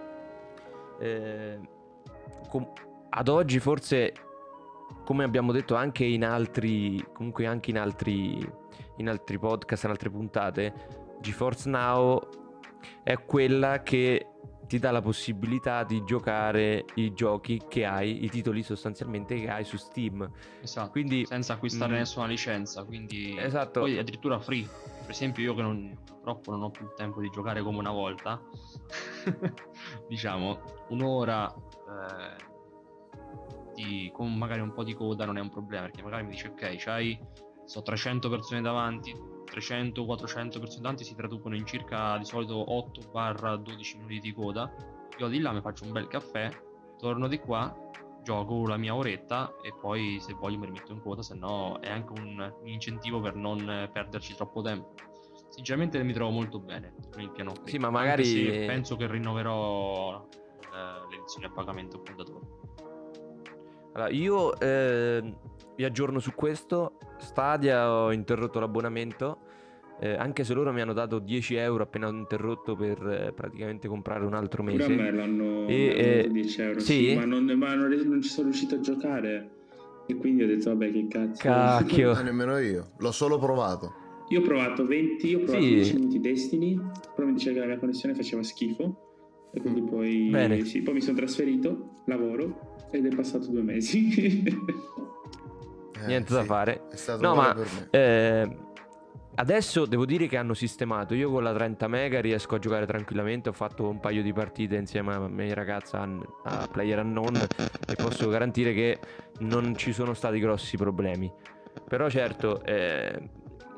A: eh, com- ad oggi forse, come abbiamo detto anche in altri comunque anche in altri in altri podcast, in altre puntate, GeForce Now è quella che ti dà la possibilità di giocare i giochi che hai, i titoli sostanzialmente che hai su Steam.
C: Esatto,
A: quindi
C: senza acquistare
A: mh,
C: nessuna licenza, quindi
A: esatto.
C: Poi addirittura free. Per esempio io che non, purtroppo non ho più il tempo di giocare come una volta diciamo un'ora eh, di, con magari un po' di coda non è un problema, perché magari mi dice ok, c'hai so trecento persone davanti, trecento quattrocento persone davanti si traducono in circa di solito otto dodici minuti di coda. Io di là mi faccio un bel caffè, torno di qua, gioco la mia oretta e poi se voglio mi rimetto in coda, se no è anche un, un incentivo per non perderci troppo tempo. Sinceramente mi trovo molto bene con il piano free.
A: Sì, ma magari
C: anche se penso che rinnoverò eh, le edizioni a pagamento fondatore.
A: Allora, io eh, vi aggiorno su questo. Stadia ho interrotto l'abbonamento, eh, anche se loro mi hanno dato dieci euro appena ho interrotto per eh, praticamente comprare un altro mese.
B: Pure a me l'hanno,
A: e,
B: mi hanno dato
A: eh,
B: dieci euro,
A: sì?
B: sì, ma, non, ma non, non ci sono riuscito a giocare E quindi ho detto vabbè che cazzo.
A: Cacchio.
D: Ma nemmeno io, l'ho solo provato.
B: Io ho provato venti, io ho provato
A: Sì.
B: dieci minuti Destiny, però mi diceva che la mia connessione faceva schifo e quindi poi,
A: Bene.
B: sì, poi mi sono trasferito, lavoro ed è passato due mesi.
D: Eh,
A: Niente da
D: sì,
A: fare.
D: È stato
A: No,
D: uguale
A: ma
D: per me.
A: eh, adesso devo dire che hanno sistemato. Io con la trenta mega riesco a giocare tranquillamente. Ho fatto un paio di partite insieme a mia ragazza a, a PlayerUnknown e posso garantire che non ci sono stati grossi problemi. Però certo, eh,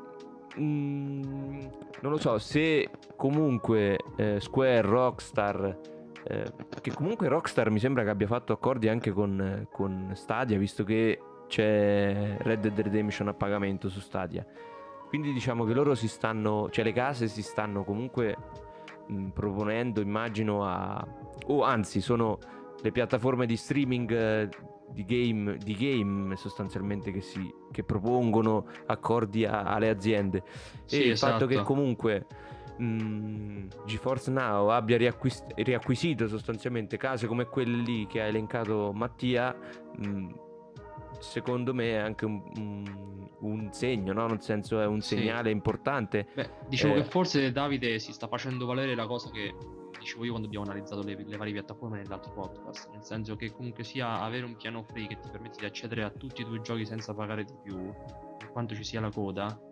A: mm, non lo so se comunque eh, Square, Rockstar, eh, che comunque Rockstar mi sembra che abbia fatto accordi anche con, eh, con Stadia, visto che c'è Red Dead Redemption a pagamento su Stadia. Quindi diciamo che loro si stanno, cioè le case si stanno comunque mh, proponendo, immagino, a... o anzi sono le piattaforme di streaming eh, di game, di game sostanzialmente che, si, che propongono accordi a- alle aziende.
C: Sì,
A: e il
C: esatto.
A: fatto che comunque mh, GeForce Now abbia riacquist- riacquisito sostanzialmente case come quelle lì che ha elencato Mattia, mh, secondo me è anche un, un, un segno, no? Nel senso è un
C: Sì.
A: segnale importante.
C: Beh, dicevo
A: Eh.
C: che forse Davide si sta facendo valere la cosa che dicevo io quando abbiamo analizzato le, le varie piattaforme nell'altro podcast, nel senso che comunque sia avere un piano free che ti permette di accedere a tutti i tuoi giochi senza pagare di più, per quanto ci sia la coda,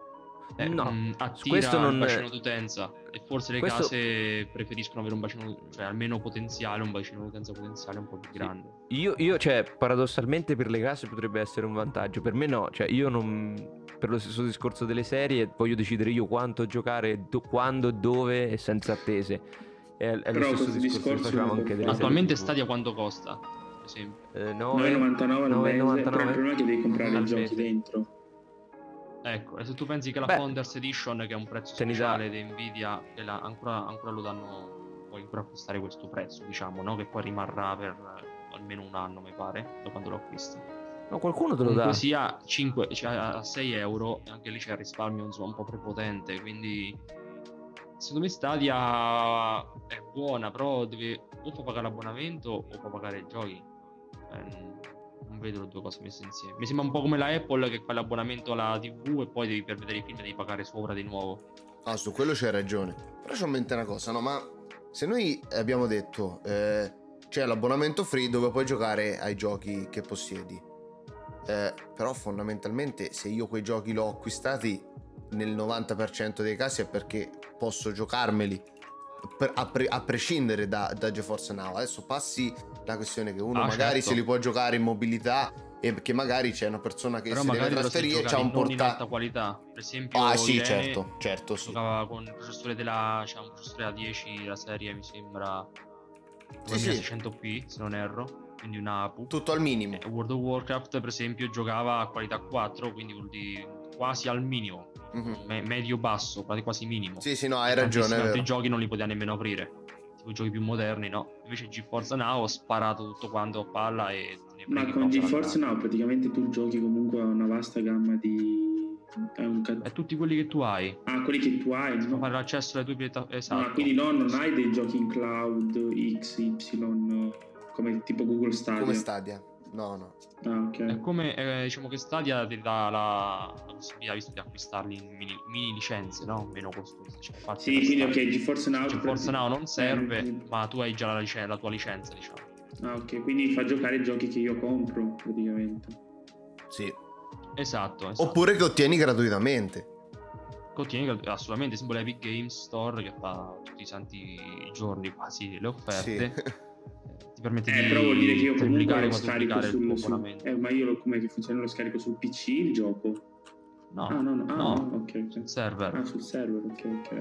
C: eh,
A: No,
C: mh,
A: su
C: attira
A: questo non-
C: il bacino d'utenza e forse le
A: questo-
C: case preferiscono avere un bacino, cioè almeno potenziale, un bacino d'utenza potenziale un po' più grande.
A: Io, io, cioè, paradossalmente per le case potrebbe essere un vantaggio. Per me no, cioè io non... Per lo stesso discorso delle serie voglio decidere io quanto giocare, do- quando, dove e senza attese. È, è lo
B: Però
A: stesso
B: questo
A: discorso che
B: discorso
A: facevamo
B: lo
A: anche delle
B: confermo.
C: Attualmente
A: serie T V.
C: Stadia quanto costa, per esempio?
A: Eh,
B: nove e novantanove al
A: nove e
B: mese,
A: novantanove?
B: però il problema è che devi comprare
A: Al
B: i giochi
A: mese.
B: dentro.
C: Ecco, e se tu pensi che la
A: Beh,
C: Founders Edition, che è un prezzo
A: te ne
C: speciale
A: dà-
C: di Nvidia, che la- ancora, ancora lo danno, puoi ancora acquistare questo prezzo, diciamo, no? Che poi rimarrà per eh, almeno un anno, mi pare, da quando lo acquisti.
A: No, qualcuno te lo
C: Comunque
A: dà.
C: sia cinque, cioè a sei euro, e anche lì c'è il risparmio insomma un po' prepotente, quindi secondo me Stadia è buona, però deve o fa pagare l'abbonamento o fa pagare i giochi. Eh, non, non vedo le due cose messe insieme. Mi sembra un po' come la Apple che fa l'abbonamento alla tivù e poi devi, per vedere i film devi pagare sopra di nuovo.
D: Ah, su quello c'hai ragione. Però c'ho in mente una cosa, no? Ma se noi abbiamo detto eh, c'è l'abbonamento free dove puoi giocare ai giochi che possiedi, eh, però fondamentalmente se io quei giochi l'ho acquistati nel novanta per cento dei casi è perché posso giocarmeli per- a, pre- a prescindere da, da GeForce Now. Adesso passi la questione che uno
C: Ah,
D: magari
C: certo.
D: se li può giocare in mobilità e che magari c'è una persona che
C: Però
D: si deve
C: magari te lo sai
D: trasferire e c'ha
C: giocare
D: un
C: non in alta
D: portatile.
C: qualità. Per esempio
D: Ah sì,
C: Irene
D: certo, certo, sì.
C: giocava con il processore della, c'è un processore A dieci, la serie mi sembra
D: Sì, sì.
C: duemilaseicento p se non erro, quindi una A P U.
D: Tutto al minimo.
C: Eh, World of Warcraft per esempio giocava a qualità quattro, quindi vuol dire quasi al minimo,
D: Mhm.
C: me- medio basso, quasi quasi minimo.
D: Sì, sì, no, hai
C: E
D: ragione,
C: tantissimi
D: è
C: altri
D: vero.
C: giochi non li poteva nemmeno aprire, tipo i giochi più moderni, no? Invece GeForce Now ho sparato tutto quanto a palla e te ne
B: Ma
C: freghi
B: con
C: proprio la
B: GeForce
C: grande.
B: Now praticamente tu giochi comunque a una vasta gamma di... È un ca-
C: E tutti quelli che tu hai,
B: Ah, quelli che tu hai,
C: ti fa
B: no?
C: fare l'accesso alle tue piattaforme. Esatto.
B: Ah, quindi no, non hai dei giochi in cloud X Y come tipo Google Stadia.
D: Come Stadia? No, no.
B: Ah, ok.
C: È come eh, diciamo che Stadia ti dà la, la possibilità, visto di acquistarli in mini, mini licenze, no? Meno costose. Cioè, fatti
B: Sì,
C: per
B: quindi
C: Stadia.
B: ok, GeForce Now...
C: GeForce Now non serve,
B: Eh,
C: ma tu hai già la, licen- la tua licenza, diciamo.
B: Ah, ok, quindi fa giocare i giochi che io compro praticamente.
D: Sì.
C: Esatto, esatto.
D: Oppure che ottieni gratuitamente.
C: Contieni assolutamente simbolo Epic Games Store che fa tutti i santi giorni quasi le offerte.
D: Sì.
C: Eh, Ti permette
B: Eh,
C: di
B: però vuol dire che io comunque
C: triplicare,
B: lo scarico
C: quadruplicare il tuo
B: sul... sul
C: abbonamento.
B: eh, ma io lo, come che funziona? Lo scarico sul P C il gioco?
C: No,
B: Ah, no, no, ah,
C: no,
B: no, ok, ok.
C: sul server.
B: Ah, sul server, ok, ok.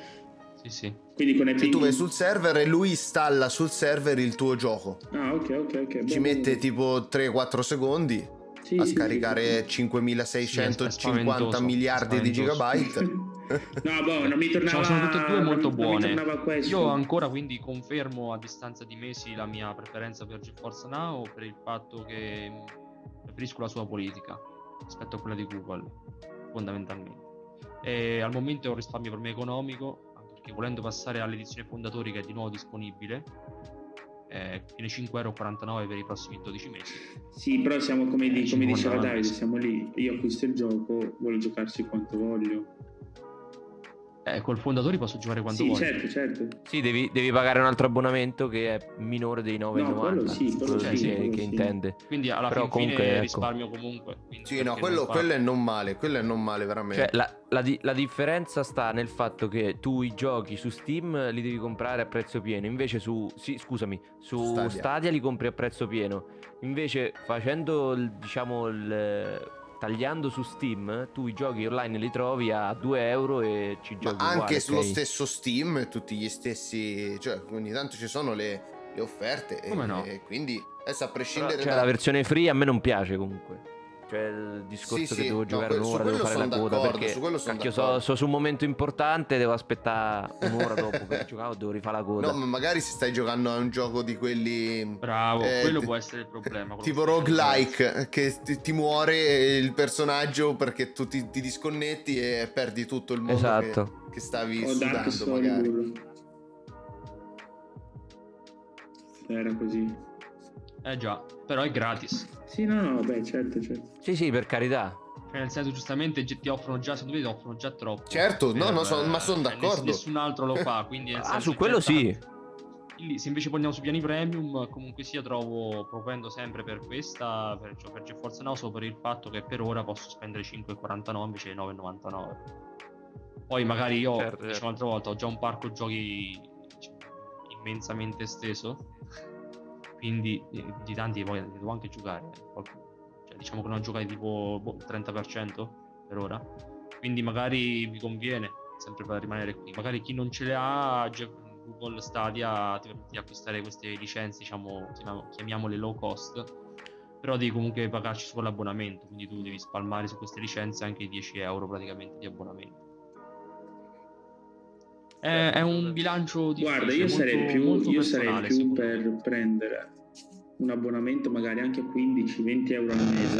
C: Sì, sì.
B: Quindi con Epic...
D: Cioè tu vai sul server e lui installa sul server il tuo gioco.
B: Ah, ok, ok, ok.
D: Ci
B: boh,
D: mette
B: boh.
D: tipo tre quattro secondi
B: Sì,
D: a
B: sì,
D: scaricare
B: sì,
D: cinquemilaseicentocinquanta
C: Sì, è
D: miliardi di
C: spaventoso.
D: gigabyte.
B: No, boh, non mi tornava...
C: Diciamo, sono tutte e due molto
B: non,
C: buone.
B: Non mi tornava questo.
C: Io ancora quindi confermo a distanza di mesi la mia preferenza per GeForce Now per il fatto che mh, preferisco la sua politica rispetto a quella di Google, fondamentalmente. E al momento è un risparmio per me economico, anche perché volendo passare all'edizione fondatori che è di nuovo disponibile, eh, viene cinque e quarantanove euro per i prossimi dodici mesi.
B: Sì, però siamo come, di,
C: Eh,
B: come diceva
C: cinquanta
B: Davide,
C: mesi.
B: siamo lì, io acquisto il gioco, voglio giocarci quanto voglio.
C: Eh, col fondatore posso giocare quando
B: Sì,
C: voglio.
B: certo, certo.
A: Sì, devi, devi pagare un altro abbonamento che è minore dei nove e novanta.
B: No, quello sì, quello
A: quello
C: sì,
A: che,
C: quello
A: che
B: sì.
A: intende.
C: Quindi alla
A: Però
C: fin
A: comunque,
C: fine
A: ecco.
C: risparmio comunque. quindi
D: Sì,
C: perché
D: no,
C: non
D: quello,
C: farlo?
D: quello è non male, quello è non male veramente.
A: Cioè, la, la di- la differenza sta nel fatto che tu i giochi su Steam li devi comprare a prezzo pieno, invece su, sì, scusami, su
D: Stadia.
A: Stadia. li compri a prezzo pieno. Invece facendo, il, diciamo, il, tagliando su Steam, tu i giochi online li trovi a due euro e ci
D: Ma
A: giochi
D: anche
A: uguale,
D: sullo
A: ok?
D: stesso Steam, tutti gli stessi, cioè ogni tanto ci sono le, le offerte
C: Come
D: e,
C: no?
D: e quindi adesso a
A: Però,
D: prescindere
A: cioè,
D: da...
A: la versione free a me non piace comunque. Cioè il discorso
D: Sì,
A: che
D: sì,
A: devo
D: no,
A: giocare
D: que- su
A: un'ora, devo
D: quello
A: fare la
D: son
A: coda
D: d'accordo,
A: perché
D: su quello son
A: cacchio so,
D: d'accordo.
A: so su un momento importante, devo aspettare un'ora dopo per giocare o devo rifare la coda.
D: No, ma magari se stai giocando a un gioco di quelli...
C: Bravo,
D: eh,
C: quello
D: ti-
C: può essere il problema. quello
D: tipo
C: che stai dicendo
D: roguelike, che ti, ti muore il personaggio perché tu ti, ti disconnetti e perdi tutto il mondo
A: Esatto.
D: che, che stavi
B: O Dark
D: sudando magari.
B: Soul. Era così.
C: adesso. Eh già, però è gratis.
B: Sì, no, no, beh, certo, certo.
A: Sì, sì, per carità.
C: Cioè, nel senso, giustamente gi- ti offrono già, secondo me ti offrono già troppo.
D: Certo, no,
C: per,
D: no, son- ma
C: eh,
D: son
C: cioè,
D: d'accordo.
C: ness- nessun altro lo fa, quindi nel
A: Ah,
C: senso,
A: su
C: già
A: quello
C: è
A: sì.
C: tanto. Quindi se invece poniamo su piani premium, comunque sia trovo, propendo sempre per questa, per, cioè per GeForce Now, solo per il fatto che per ora posso spendere cinque e quarantanove invece di nove e novantanove. Poi magari io,
A: Certo,
C: come dicevo
A: certo.
C: l'altra volta, ho già un parco giochi diciamo, immensamente esteso, quindi eh, di tanti poi ne devo anche giocare. Qualcuno. Cioè, diciamo che non giocare tipo boh, il trenta per cento per ora. Quindi magari mi conviene sempre per rimanere qui. Magari chi non ce le ha, Ge- Google Stadia ti permette di acquistare queste licenze, diciamo, chiamiamo- chiamiamole low cost, però devi comunque pagarci su quell'abbonamento, quindi tu devi spalmare su queste licenze anche i dieci euro praticamente di abbonamento. È, è un bilancio difficile,
B: Guarda, io
C: molto,
B: sarei più,
C: molto
B: io sarei
C: personale,
B: più
C: secondo me.
B: per prendere un abbonamento magari anche a quindici venti euro al mese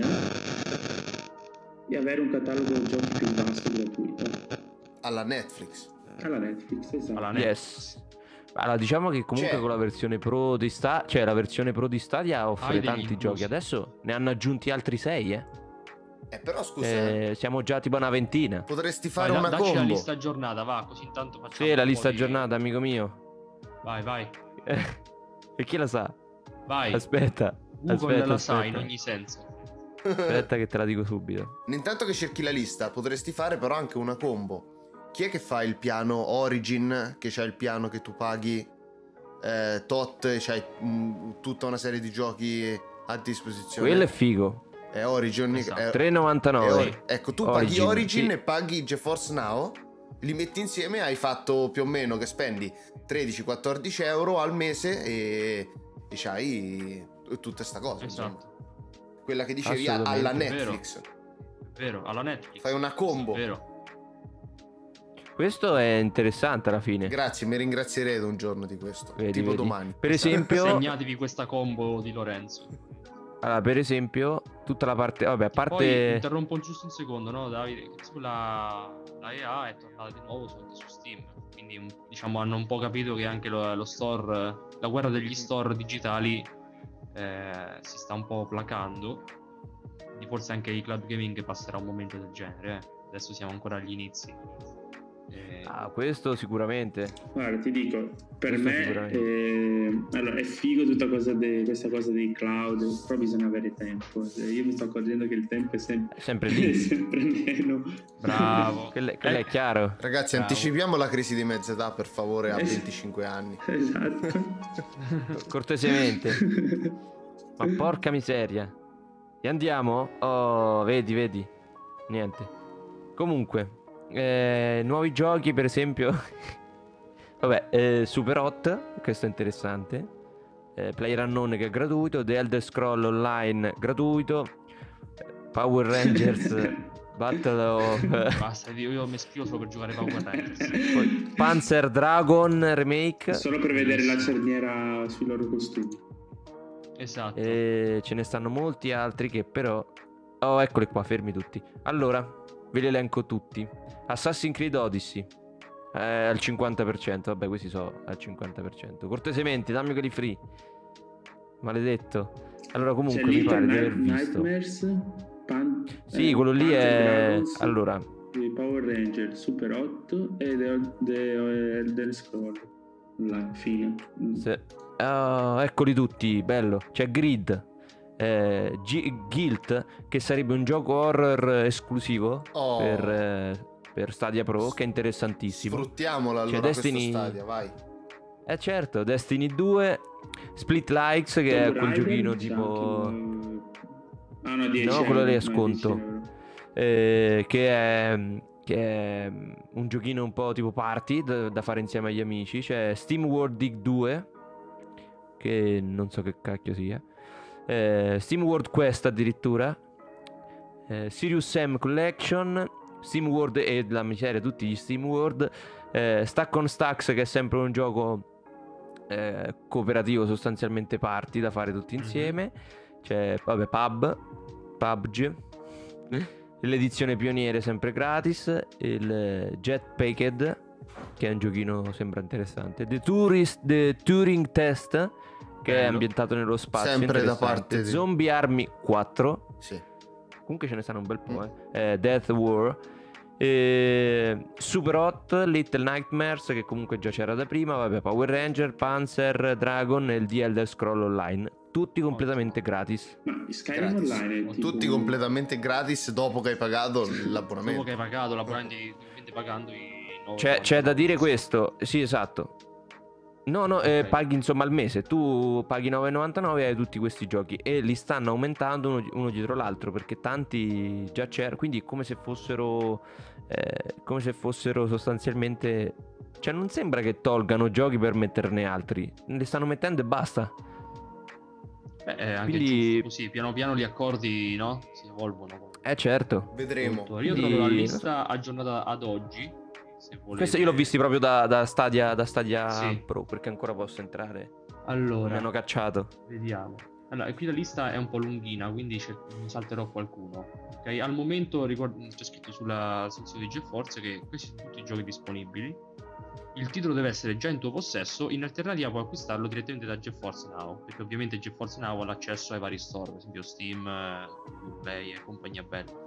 B: e avere un catalogo di giochi più vasto e gratuito.
D: Alla Netflix.
B: Alla Netflix, esatto.
C: Alla
A: Yes. Allora, diciamo che comunque
D: Cioè-
A: con la versione Pro di Stadia, cioè la versione Pro di Stadia offre
C: Hai degli
A: tanti
C: inclusi.
A: giochi. Adesso ne hanno aggiunti altri sei, eh.
D: Eh, però scusa,
A: Eh, siamo già tipo una ventina.
D: potresti
C: Vai,
D: fare
C: da-
D: una
C: dacci la
D: combo.
C: lista aggiornata, va, così intanto facciamo
A: Sì, la
C: un po'
A: lista
C: di-
A: aggiornata, amico mio.
C: Vai, vai,
A: Eh, e chi la sa?
C: vai.
A: Aspetta,
C: Google
A: aspetta,
C: la sa in
A: aspetta.
C: ogni senso.
A: Aspetta che te la dico subito.
D: Intanto che cerchi la lista, potresti fare però anche una combo. Chi è che fa il piano Origin, che c'è il piano che tu paghi eh, tot e c'hai mh, tutta una serie di giochi a disposizione?
A: Quello è figo.
D: È Origin.
C: Esatto.
D: è-
A: tre e
D: è
A: novantanove.
D: Ori- ecco, tu paghi
A: Origin,
D: Origin
A: sì.
D: e paghi GeForce Now, li metti insieme, hai fatto più o meno che spendi tredici quattordici euro al mese e, e c'hai tutta sta cosa. insomma.
C: Esatto.
D: Quella che dicevi alla
A: Assolutamente.
D: Netflix.
C: È vero, alla Netflix.
D: Fai una combo.
C: Sì, è vero.
A: Questo è interessante alla fine.
D: Grazie, mi ringrazierete un giorno di questo.
A: Vedi,
D: tipo
A: vedi.
D: domani.
A: Per esempio,
C: Segnatevi questa combo di Lorenzo.
A: allora, per esempio, tutta la parte, vabbè, a
C: Poi
A: parte
C: interrompo giusto un secondo, no, Davide? Che sulla la E A è tornata di nuovo su, su Steam. Quindi un- diciamo hanno un po' capito che anche lo, lo store, la guerra degli store digitali eh, si sta un po' placando. Quindi forse anche i cloud gaming passerà un momento del genere. eh. Adesso siamo ancora agli inizi. Eh,
A: ah, questo sicuramente.
B: Guarda, ti dico, per
A: Questo
B: me
A: sicuramente.
B: eh, allora, è figo tutta cosa de- questa cosa dei cloud, però bisogna avere tempo. Eh, Io mi sto accorgendo che il tempo è sempre,
A: È sempre
B: è
A: lì.
B: sempre meno.
C: Bravo.
A: Quello, quello
C: Eh,
A: è chiaro.
D: Ragazzi,
C: Bravo.
D: anticipiamo la crisi di mezza età, per favore, a
B: Eh sì.
D: venticinque anni.
B: Esatto.
A: Cortesemente. Ma porca miseria. E andiamo? Oh, vedi, vedi. Niente. Comunque, eh, nuovi giochi, per esempio. Vabbè, eh, Super Hot, questo è interessante. Eh, PlayerUnknown che è gratuito. The Elder Scroll Online gratuito. Power Rangers Battle of
C: Basta, io, io mi scrivo solo per giocare Power Rangers.
A: poi Panzer Dragon Remake.
B: Solo per vedere la cerniera sui loro costumi.
C: Esatto.
A: E ce ne stanno molti altri che però... Oh, eccoli qua, fermi tutti. Allora, ve li elenco tutti. Assassin's Creed Odyssey eh, al cinquanta per cento. Vabbè, questi sono al cinquanta per cento. Cortesemente, dammi quelli free. maledetto. Allora comunque
B: C'è
A: mi
B: Little
A: pare di
B: Night-
A: aver visto.
B: Nightmares, Pan-
A: Sì,
B: eh,
A: quello lì
B: Panzer
A: è...
B: Dragons,
A: Allora,
B: i Power Ranger, Super otto e The, The Elder Scroll. La fine. Mm.
A: se... ah, eccoli tutti, bello. C'è Grid, eh, G- Guilt, che sarebbe un gioco horror esclusivo
D: Oh.
A: per, eh, per Stadia Pro, che è interessantissimo.
D: Sfruttiamola allora
A: Cioè,
D: questo
A: Destiny-
D: Stadia, vai.
A: Eh certo, Destiny due, Split Likes, che è
B: Tomb
A: quel
B: Raider,
A: giochino
B: c'è
A: tipo...
B: anche, ah no, dieci
A: No, quello
B: euro,
A: lì è
B: no,
A: sconto.
B: dieci euro.
A: eh, che è, che è un giochino un po' tipo party da, da fare insieme agli amici. C'è Steam World Dig due, che non so che cacchio sia, eh, Steam World Quest addirittura, eh, Serious Sam Collection, Steam World e la miseria tutti gli Steam World, eh, Stack on Stacks, che è sempre un gioco eh, cooperativo, sostanzialmente party da fare tutti insieme. C'è vabbè Pub P U B G, l'edizione pioniere sempre gratis, il Jetpacked, che è un giochino sembra interessante, The Tourist The Turing Test, che è
C: Bello.
A: ambientato nello spazio,
D: Sempre da
A: interessante.
D: parte di-
A: Zombie Army quattro,
D: Sì.
A: comunque ce ne stanno un bel po',
D: Mm.
A: eh. Eh, Death War, eh, Super Hot, Little Nightmares, che comunque già c'era da prima, vabbè, Power Ranger, Panzer Dragon e il The Elder Scroll Online, tutti completamente gratis.
B: Ma Skyrim
D: Gratis.
B: Online è tipo...
D: Tutti completamente gratis dopo che hai pagato
C: Dopo
D: l'abbonamento.
C: che hai pagato l'abbonamento, ovviamente pagando i nove
A: C'è, c'è da dire
C: novantanove.
A: questo, sì, esatto. No, no, eh,
C: Ok.
A: paghi insomma al mese. Tu paghi nove e novantanove e hai tutti questi giochi. E li stanno aumentando uno, uno dietro l'altro, perché tanti già c'erano. Quindi è come se fossero eh, come se fossero sostanzialmente... Cioè non sembra che tolgano giochi per metterne altri. Li stanno mettendo e basta.
C: Beh, è anche
A: Quindi-
C: giusto così, piano piano gli accordi, no? Si evolvono.
A: Eh certo.
D: Vedremo.
C: Molto. Io
A: Quindi-
C: trovo la lista aggiornata ad oggi. Se volete.
A: Questo io l'ho visti proprio da, da Stadia, da Stadia
C: Sì.
A: Pro, perché ancora posso entrare. Mi
C: Allora,
A: hanno cacciato.
C: vediamo. Allora, qui la lista è un po' lunghina, quindi cer- ne salterò qualcuno. Ok, al momento ricordo, c'è scritto sulla sul sito di GeForce che questi sono tutti i giochi disponibili. Il titolo deve essere già in tuo possesso, in alternativa puoi acquistarlo direttamente da GeForce Now, perché ovviamente GeForce Now ha l'accesso ai vari store, per esempio Steam, eh, Play e compagnia bella.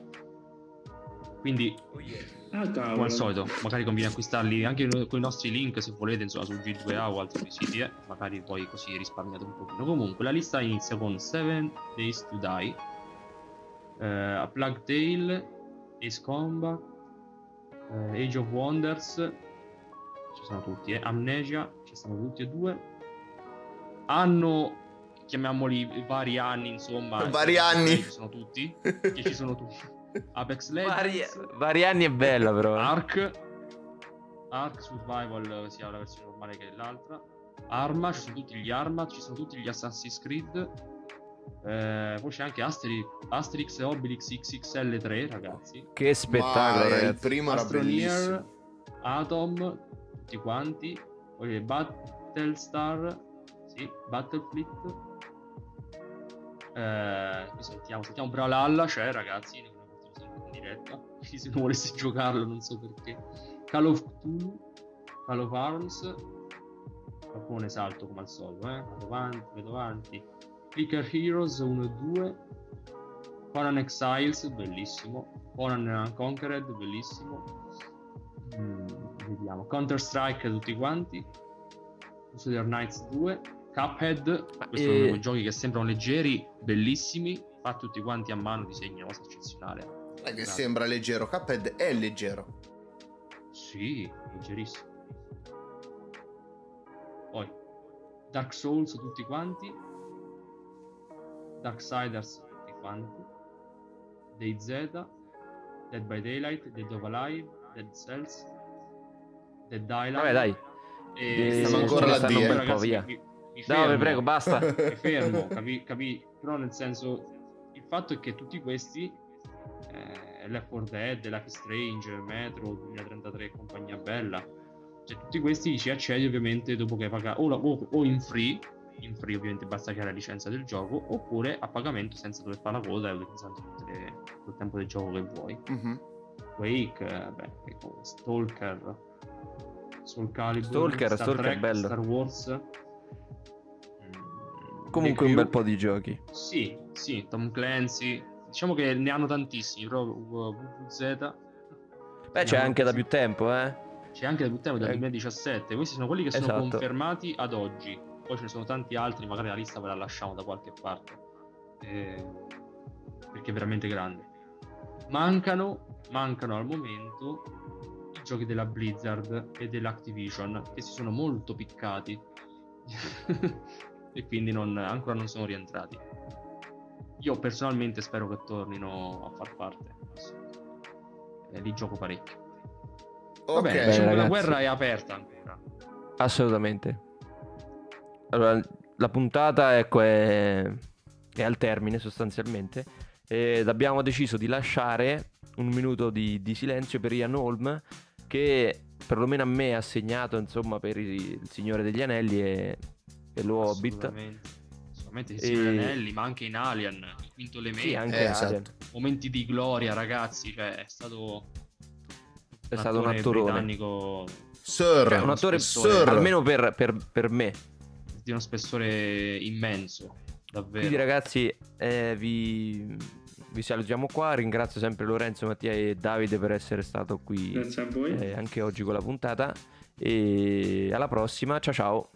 C: Quindi,
B: Ah, cavolo.
C: come al solito, magari conviene acquistarli anche no- con i nostri link se volete, insomma, su G due A o altri siti, eh. Magari poi così risparmiate un pochino. Comunque, la lista inizia con Seven Days to Die, eh, A Plague Tale, Ace Combat, eh, Age of Wonders, ci sono tutti, eh. Amnesia, ci sono tutti e due. Hanno, chiamiamoli vari anni, insomma.
D: Vari anni.
C: Ci sono tutti, che ci sono tutti. Apex
A: Vari,
C: Legends,
A: vari anni è bella però. eh.
C: Ark, Ark Survival, sia la versione normale che l'altra. Arma, ci sono tutti gli Arma, ci sono tutti gli Assassin's Creed. Eh, poi c'è anche Asterix, Asterix e Obelix X X L tre, ragazzi.
A: Che spettacolo,
D: Ma il
A: ragazzi.
D: primo era
C: Astroneer,
D: bellissimo.
C: Atom, tutti quanti. Poi c'è Battlestar, sì, Battlefleet. Eh, poi sentiamo, sentiamo Brawlhalla, c'è, ragazzi, ne portiamo sempre in diretta. Quindi se non volessi giocarlo, non so perché. Call of Cthulhu, Call of Arms. Capone salto come al solito, eh. Vado avanti, vado avanti. Clicker Heroes uno e due. Conan Exiles, bellissimo. Conan Unconquered, bellissimo. Mm, vediamo. Counter Strike tutti quanti. Crusader Knights due. Cuphead, questi
A: eh,
C: sono quei giochi che sembrano leggeri, bellissimi, fatti tutti quanti a mano, disegni, una cosa eccezionale.
D: Non è che
C: Grazie.
D: sembra leggero. Cuphead è leggero.
C: Sì, leggerissimo. Poi Dark Souls tutti quanti. Darksiders tutti quanti. DayZ, Dead by Daylight, Dead of Alive, Dead Cells, Dead Island.
A: Vabbè, dai.
C: E
A: Eh,
D: Stanno ancora là,
A: stanno
D: D,
A: un
D: eh.
A: bel po'
C: ragazzi,
A: via.
C: mi, mi
A: No, vi
C: fermo.
A: prego, basta.
C: Mi fermo, capi, capi? Però nel senso, il fatto è che tutti questi, eh, Left four Dead, Life is Strange, Metro, duemilatrentatré e compagnia bella, cioè tutti questi ci accedi ovviamente dopo che hai pagato, o, la- o- o in free, in free ovviamente basta che hai la licenza del gioco, oppure a pagamento senza dover fare la coda e utilizzando tutte le- tutto il tempo del gioco che vuoi.
D: Mhm.
C: Quake, eh, beh, ecco, Stalker, Soul Calibur,
A: Stalker,
C: Star
A: Stalker
C: Trek,
A: bello.
C: Star Wars. Mm,
A: comunque
C: di
A: un
C: più.
A: bel po' di giochi.
C: Sì, sì, Tom Clancy. Diciamo che ne hanno tantissimi, però W W Z.
A: Beh, c'è anche da più tempo, eh.
C: C'è anche da più tempo, dal
A: Eh.
C: duemiladiciassette. Questi sono quelli che sono
A: Esatto.
C: confermati ad oggi. Poi ce ne sono tanti altri, magari la lista ve la lasciamo da qualche parte. Eh, perché è veramente grande. Mancano, mancano al momento i giochi della Blizzard e dell'Activision, che si sono molto piccati e quindi non, ancora non sono rientrati. Io personalmente spero che tornino a far parte. E li gioco parecchio. Va
D: Ok,
C: bene, diciamo che la
A: ragazzi.
C: guerra è aperta ancora.
A: Assolutamente. Allora, la puntata, ecco, è, è al termine sostanzialmente. Ed abbiamo deciso di lasciare un minuto di, di silenzio per Ian Holm, che perlomeno a me ha segnato, insomma, per il Signore degli Anelli e, e lo Hobbit.
C: Assolutamente. Assolutamente il Signore degli
A: E-
C: Anelli, ma anche in Alien, il quinto elemento.
A: Sì, anche
D: Eh,
A: Alien.
D: esatto.
C: Momenti di gloria, ragazzi, cioè è stato
A: È stato un attorone.
C: britannico
D: Sir,
A: Cioè, un attore,
D: Sir.
A: almeno per, per, per me.
C: di uno spessore immenso, davvero.
A: Quindi ragazzi, eh, vi, vi salutiamo qua. Ringrazio sempre Lorenzo, Mattia e Davide per essere stato qui
B: Grazie a voi.
A: eh, anche oggi con la puntata. E alla prossima, ciao ciao.